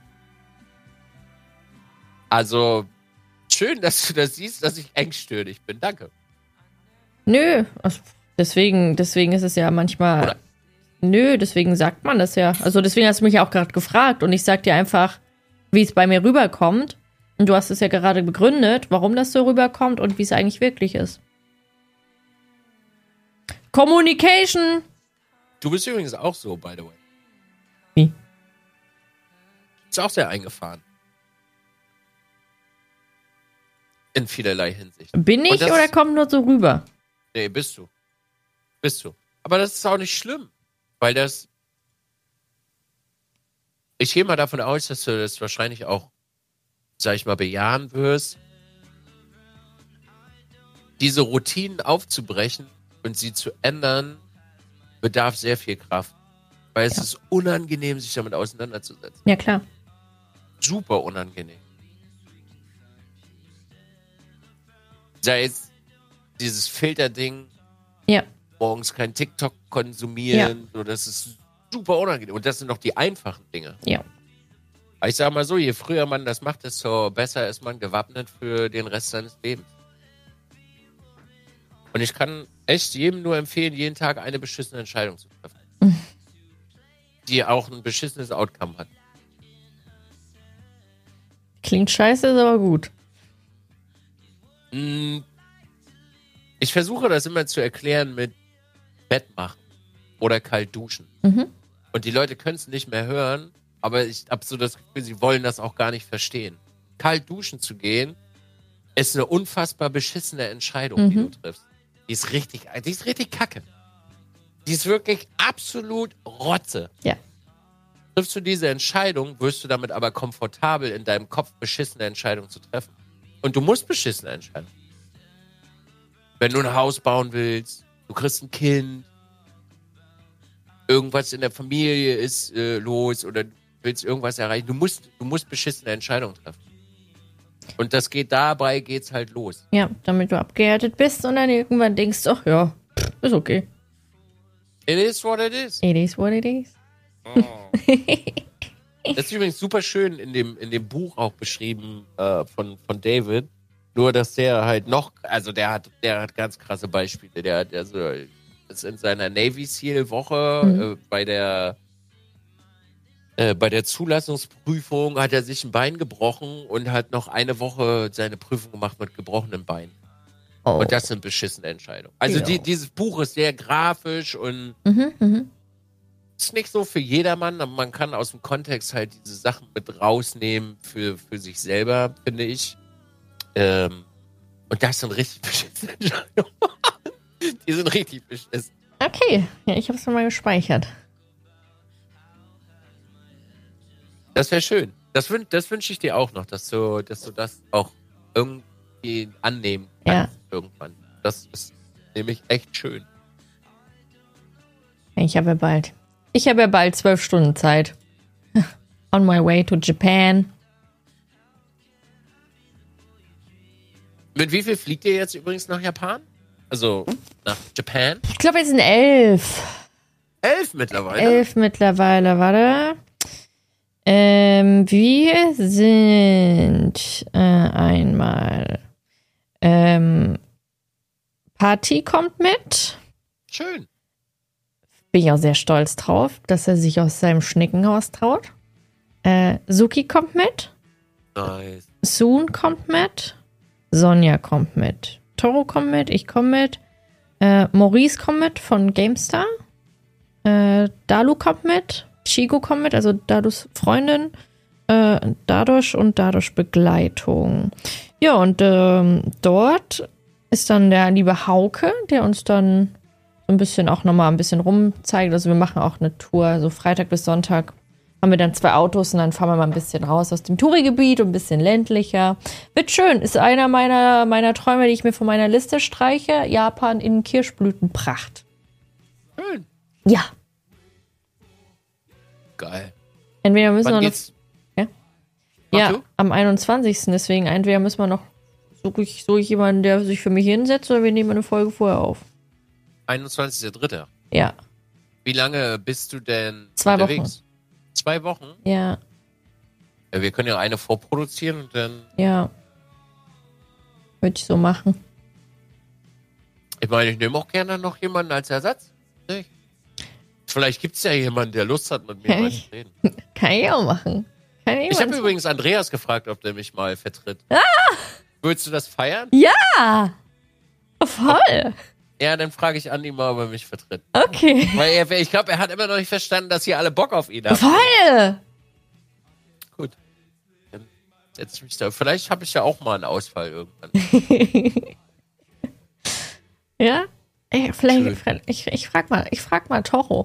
Also, schön, dass du das siehst, dass ich engstirnig bin. Danke. Nö. Also deswegen, deswegen ist es ja manchmal. Oder- Nö, deswegen sagt man das ja. Also deswegen hast du mich ja auch gerade gefragt und ich sag dir einfach, wie es bei mir rüberkommt. Und du hast es ja gerade begründet, warum das so rüberkommt und wie es eigentlich wirklich ist. Communication! Du bist übrigens auch so, by the way. Wie? Ist auch sehr eingefahren. In vielerlei Hinsicht. Bin ich Und das- oder kommt nur so rüber? Nee, bist du. Bist du. Aber das ist auch nicht schlimm. Weil das. Ich gehe mal davon aus, dass du das wahrscheinlich auch, sag ich mal, bejahen wirst. Diese Routinen aufzubrechen und sie zu ändern, bedarf sehr viel Kraft. Weil es Ja. ist unangenehm, sich damit auseinanderzusetzen. Ja, klar. Super unangenehm. Sei es dieses Filterding, Ja. morgens kein TikTok konsumieren, so, das ist super unangenehm. Und das sind noch die einfachen Dinge. Ja. Aber ich sag mal so, je früher man das macht, desto besser ist man gewappnet für den Rest seines Lebens. Und ich kann echt jedem nur empfehlen, jeden Tag eine beschissene Entscheidung zu treffen. Die auch ein beschissenes Outcome hat. Klingt scheiße, ist aber gut. Mm, Ich versuche das immer zu erklären mit Bett machen oder kalt duschen. Mhm. Und die Leute können es nicht mehr hören, aber ich habe so das Gefühl, sie wollen das auch gar nicht verstehen. Kalt duschen zu gehen, ist eine unfassbar beschissene Entscheidung, die Mhm. du triffst. Die ist richtig, die ist richtig kacke. Die ist wirklich absolut Rotze. Ja. Triffst du diese Entscheidung, wirst du damit aber komfortabel in deinem Kopf beschissene Entscheidungen zu treffen. Und du musst beschissene entscheiden. Wenn du ein Haus bauen willst, du kriegst ein Kind, irgendwas in der Familie ist äh, los oder du willst irgendwas erreichen, du musst, du musst beschissene Entscheidungen treffen. Und das geht dabei, geht's halt los. Ja, damit du abgehärtet bist und dann irgendwann denkst, ach ja, ist okay. It is what it is. It is what it is. Oh. Das ist übrigens super schön in dem, in dem Buch auch beschrieben äh, von, von David. Nur, dass der halt noch, also der hat, der hat ganz krasse Beispiele. Der hat also ist in seiner Navy Seal Woche mhm. äh, bei der äh, bei der Zulassungsprüfung hat er sich ein Bein gebrochen und hat noch eine Woche seine Prüfung gemacht mit gebrochenem Bein. Oh. Und das sind beschissene Entscheidungen. Also die, dieses Buch ist sehr grafisch und mhm, mhm. ist nicht so für jedermann, aber man kann aus dem Kontext halt diese Sachen mit rausnehmen für, für sich selber, finde ich. Ähm, und das sind richtig beschissene Entscheidungen. Die sind richtig beschissen. Okay, ja, ich habe es mal gespeichert. Das wäre schön. Das, wün- das wünsche ich dir auch noch, dass du, dass du das auch irgendwie annehmen kannst Ja. irgendwann. Das ist nämlich echt schön. Ich habe ja bald. Ich habe ja bald zwölf Stunden Zeit. On my way to Japan. Mit wie viel fliegt ihr jetzt übrigens nach Japan? Also nach Japan? Ich glaube, es sind elf. Elf mittlerweile? Elf mittlerweile, warte. Ähm, wir sind äh, einmal ähm, Party kommt mit. Schön. Bin ich auch sehr stolz drauf, dass er sich aus seinem Schneckenhaus traut. Äh, Suki kommt mit. Nice. Soon kommt mit. Sonja kommt mit. Toro kommt mit. Ich komme mit. Äh, Maurice kommt mit von GameStar. Äh, Dalu kommt mit. Chigo kommt mit, also Dadus Freundin. Äh, Dadosh und Dadosh Begleitung. Ja, und ähm, dort ist dann der liebe Hauke, der uns dann so ein bisschen auch nochmal ein bisschen rumzeigt. Also wir machen auch eine Tour, so Freitag bis Sonntag haben wir dann zwei Autos und dann fahren wir mal ein bisschen raus aus dem Touri-Gebiet und ein bisschen ländlicher. Wird schön, ist einer meiner, meiner Träume, die ich mir von meiner Liste streiche. Japan in Kirschblütenpracht. Schön. Ja. Geil. Entweder müssen Wann wir noch... geht's? Ja, Mach ja du? am einundzwanzigsten Deswegen entweder müssen wir noch... Suche ich, suche ich jemanden, der sich für mich hinsetzt, oder wir nehmen eine Folge vorher auf. einundzwanzigster dritter Ja, Wie lange bist du denn Zwei unterwegs? Zwei Wochen? ja, Ja, wir können ja eine vorproduzieren und dann... ja. Würde ich so machen. Ich meine, ich nehme auch gerne noch jemanden als Ersatz. Nicht? Vielleicht gibt es ja jemanden, der Lust hat, mit mir Hey. mal zu reden. Kann ich auch machen. Kann ich Ich habe machen. übrigens Andreas gefragt, ob der mich mal vertritt. Ah! Würdest du das feiern? Ja! Voll! Ja, dann frage ich Andi mal, ob er mich vertritt. Okay. Weil er, ich glaube, er hat immer noch nicht verstanden, dass ihr alle Bock auf ihn habt. Voll! Gut. Dann setze ich mich da. Vielleicht habe ich ja auch mal einen Ausfall irgendwann. Ja? Ey, vielleicht, Schön. ich, ich frag mal, ich frag mal Toro.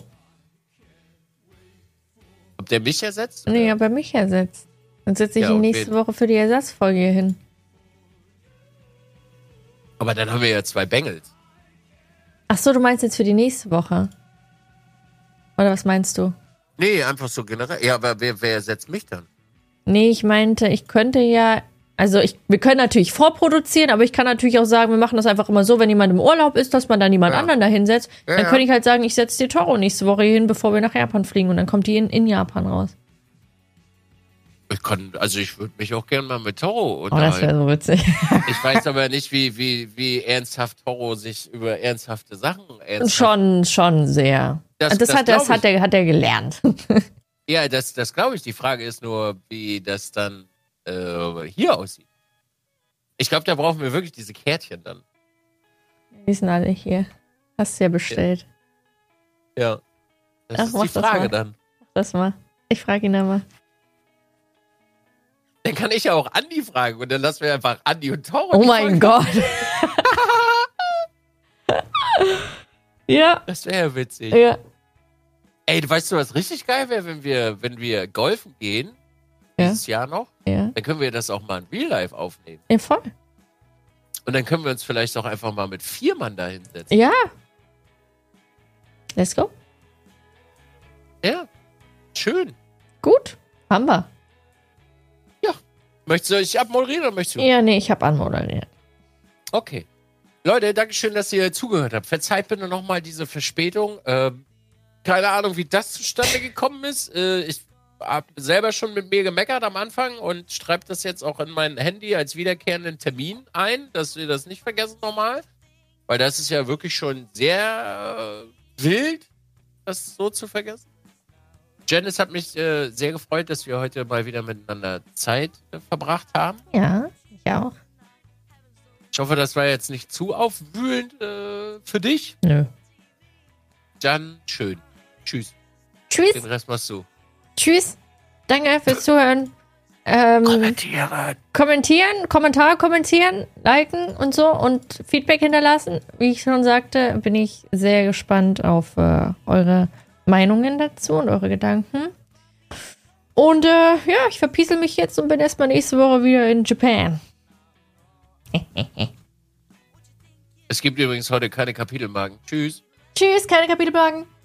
Ob der mich ersetzt? Nee, ob er mich ersetzt. Dann setze ich Ja, ihn auf nächste jeden. Woche für die Ersatzfolge hier hin. Aber dann haben wir ja zwei Bengels. Ach so, du meinst jetzt für die nächste Woche? Oder was meinst du? Nee, einfach so generell. Ja, aber wer, wer ersetzt mich dann? Nee, ich meinte, ich könnte ja, also ich, wir können natürlich vorproduzieren, aber ich kann natürlich auch sagen, wir machen das einfach immer so, wenn jemand im Urlaub ist, dass man dann jemand Ja. anderen da hinsetzt. Ja, dann ja. könnte ich halt sagen, ich setze die Toro nächste Woche hier hin, bevor wir nach Japan fliegen und dann kommt die in, in Japan raus. Ich kann, also ich würde mich auch gerne mal mit Toro Oh, das wäre unterhalten. so witzig. Ich weiß aber nicht, wie, wie, wie ernsthaft Toro sich über ernsthafte Sachen ernsthaft... Schon, schon sehr. Das- Das, das hat, das glaub hat, er, hat er gelernt. Ja, das, das glaube ich. Die Frage ist nur, wie das dann äh, hier aussieht. Ich glaube, da brauchen wir wirklich diese Kärtchen dann. Die sind alle hier. Hast du ja bestellt. Ja. Das Ach, ist mach die das Frage mal. dann. Das mal. Ich frage ihn aber. Dann kann ich ja auch Andi fragen und dann lassen wir einfach Andi und Toro. Oh die mein Folge- Gott. Ja, Das wäre ja witzig. ja. Ey, du weißt du, was richtig geil wäre, wenn wir, wenn wir golfen gehen, Ja. dieses Jahr noch, Ja, dann können wir das auch mal in Real Life aufnehmen. ja voll. Und dann können wir uns vielleicht auch einfach mal mit vier Mann da hinsetzen. Ja. Let's go. Ja. Schön. Gut. Haben wir. Möchtest du ich abmoderieren oder möchtest du? Ja, nee, ich habe anmoderiert. Okay. Leute, Dankeschön, dass ihr zugehört habt. Verzeiht bitte nochmal diese Verspätung. Ähm, keine Ahnung, wie das zustande gekommen ist. Äh, ich habe selber schon mit mir gemeckert am Anfang und schreibe das jetzt auch in mein Handy als wiederkehrenden Termin ein, dass wir das nicht vergessen nochmal. Weil das ist ja wirklich schon sehr äh, wild, das so zu vergessen. Janice hat mich äh, sehr gefreut, dass wir heute mal wieder miteinander Zeit äh, verbracht haben. Ja, ich auch. Ich hoffe, das war jetzt nicht zu aufwühlend äh, für dich. Nö. Dann schön. Tschüss. Tschüss. Den Rest machst du. Tschüss. Danke fürs Zuhören. Ähm, Kommentieren. Kommentieren, Kommentar kommentieren, liken und so und Feedback hinterlassen. Wie ich schon sagte, bin ich sehr gespannt auf äh, eure Meinungen dazu und eure Gedanken. Und äh, ja, ich verpiesel mich jetzt und bin erstmal nächste Woche wieder in Japan. Es gibt übrigens heute keine Kapitelmarken. Tschüss. Tschüss, keine Kapitelmarken.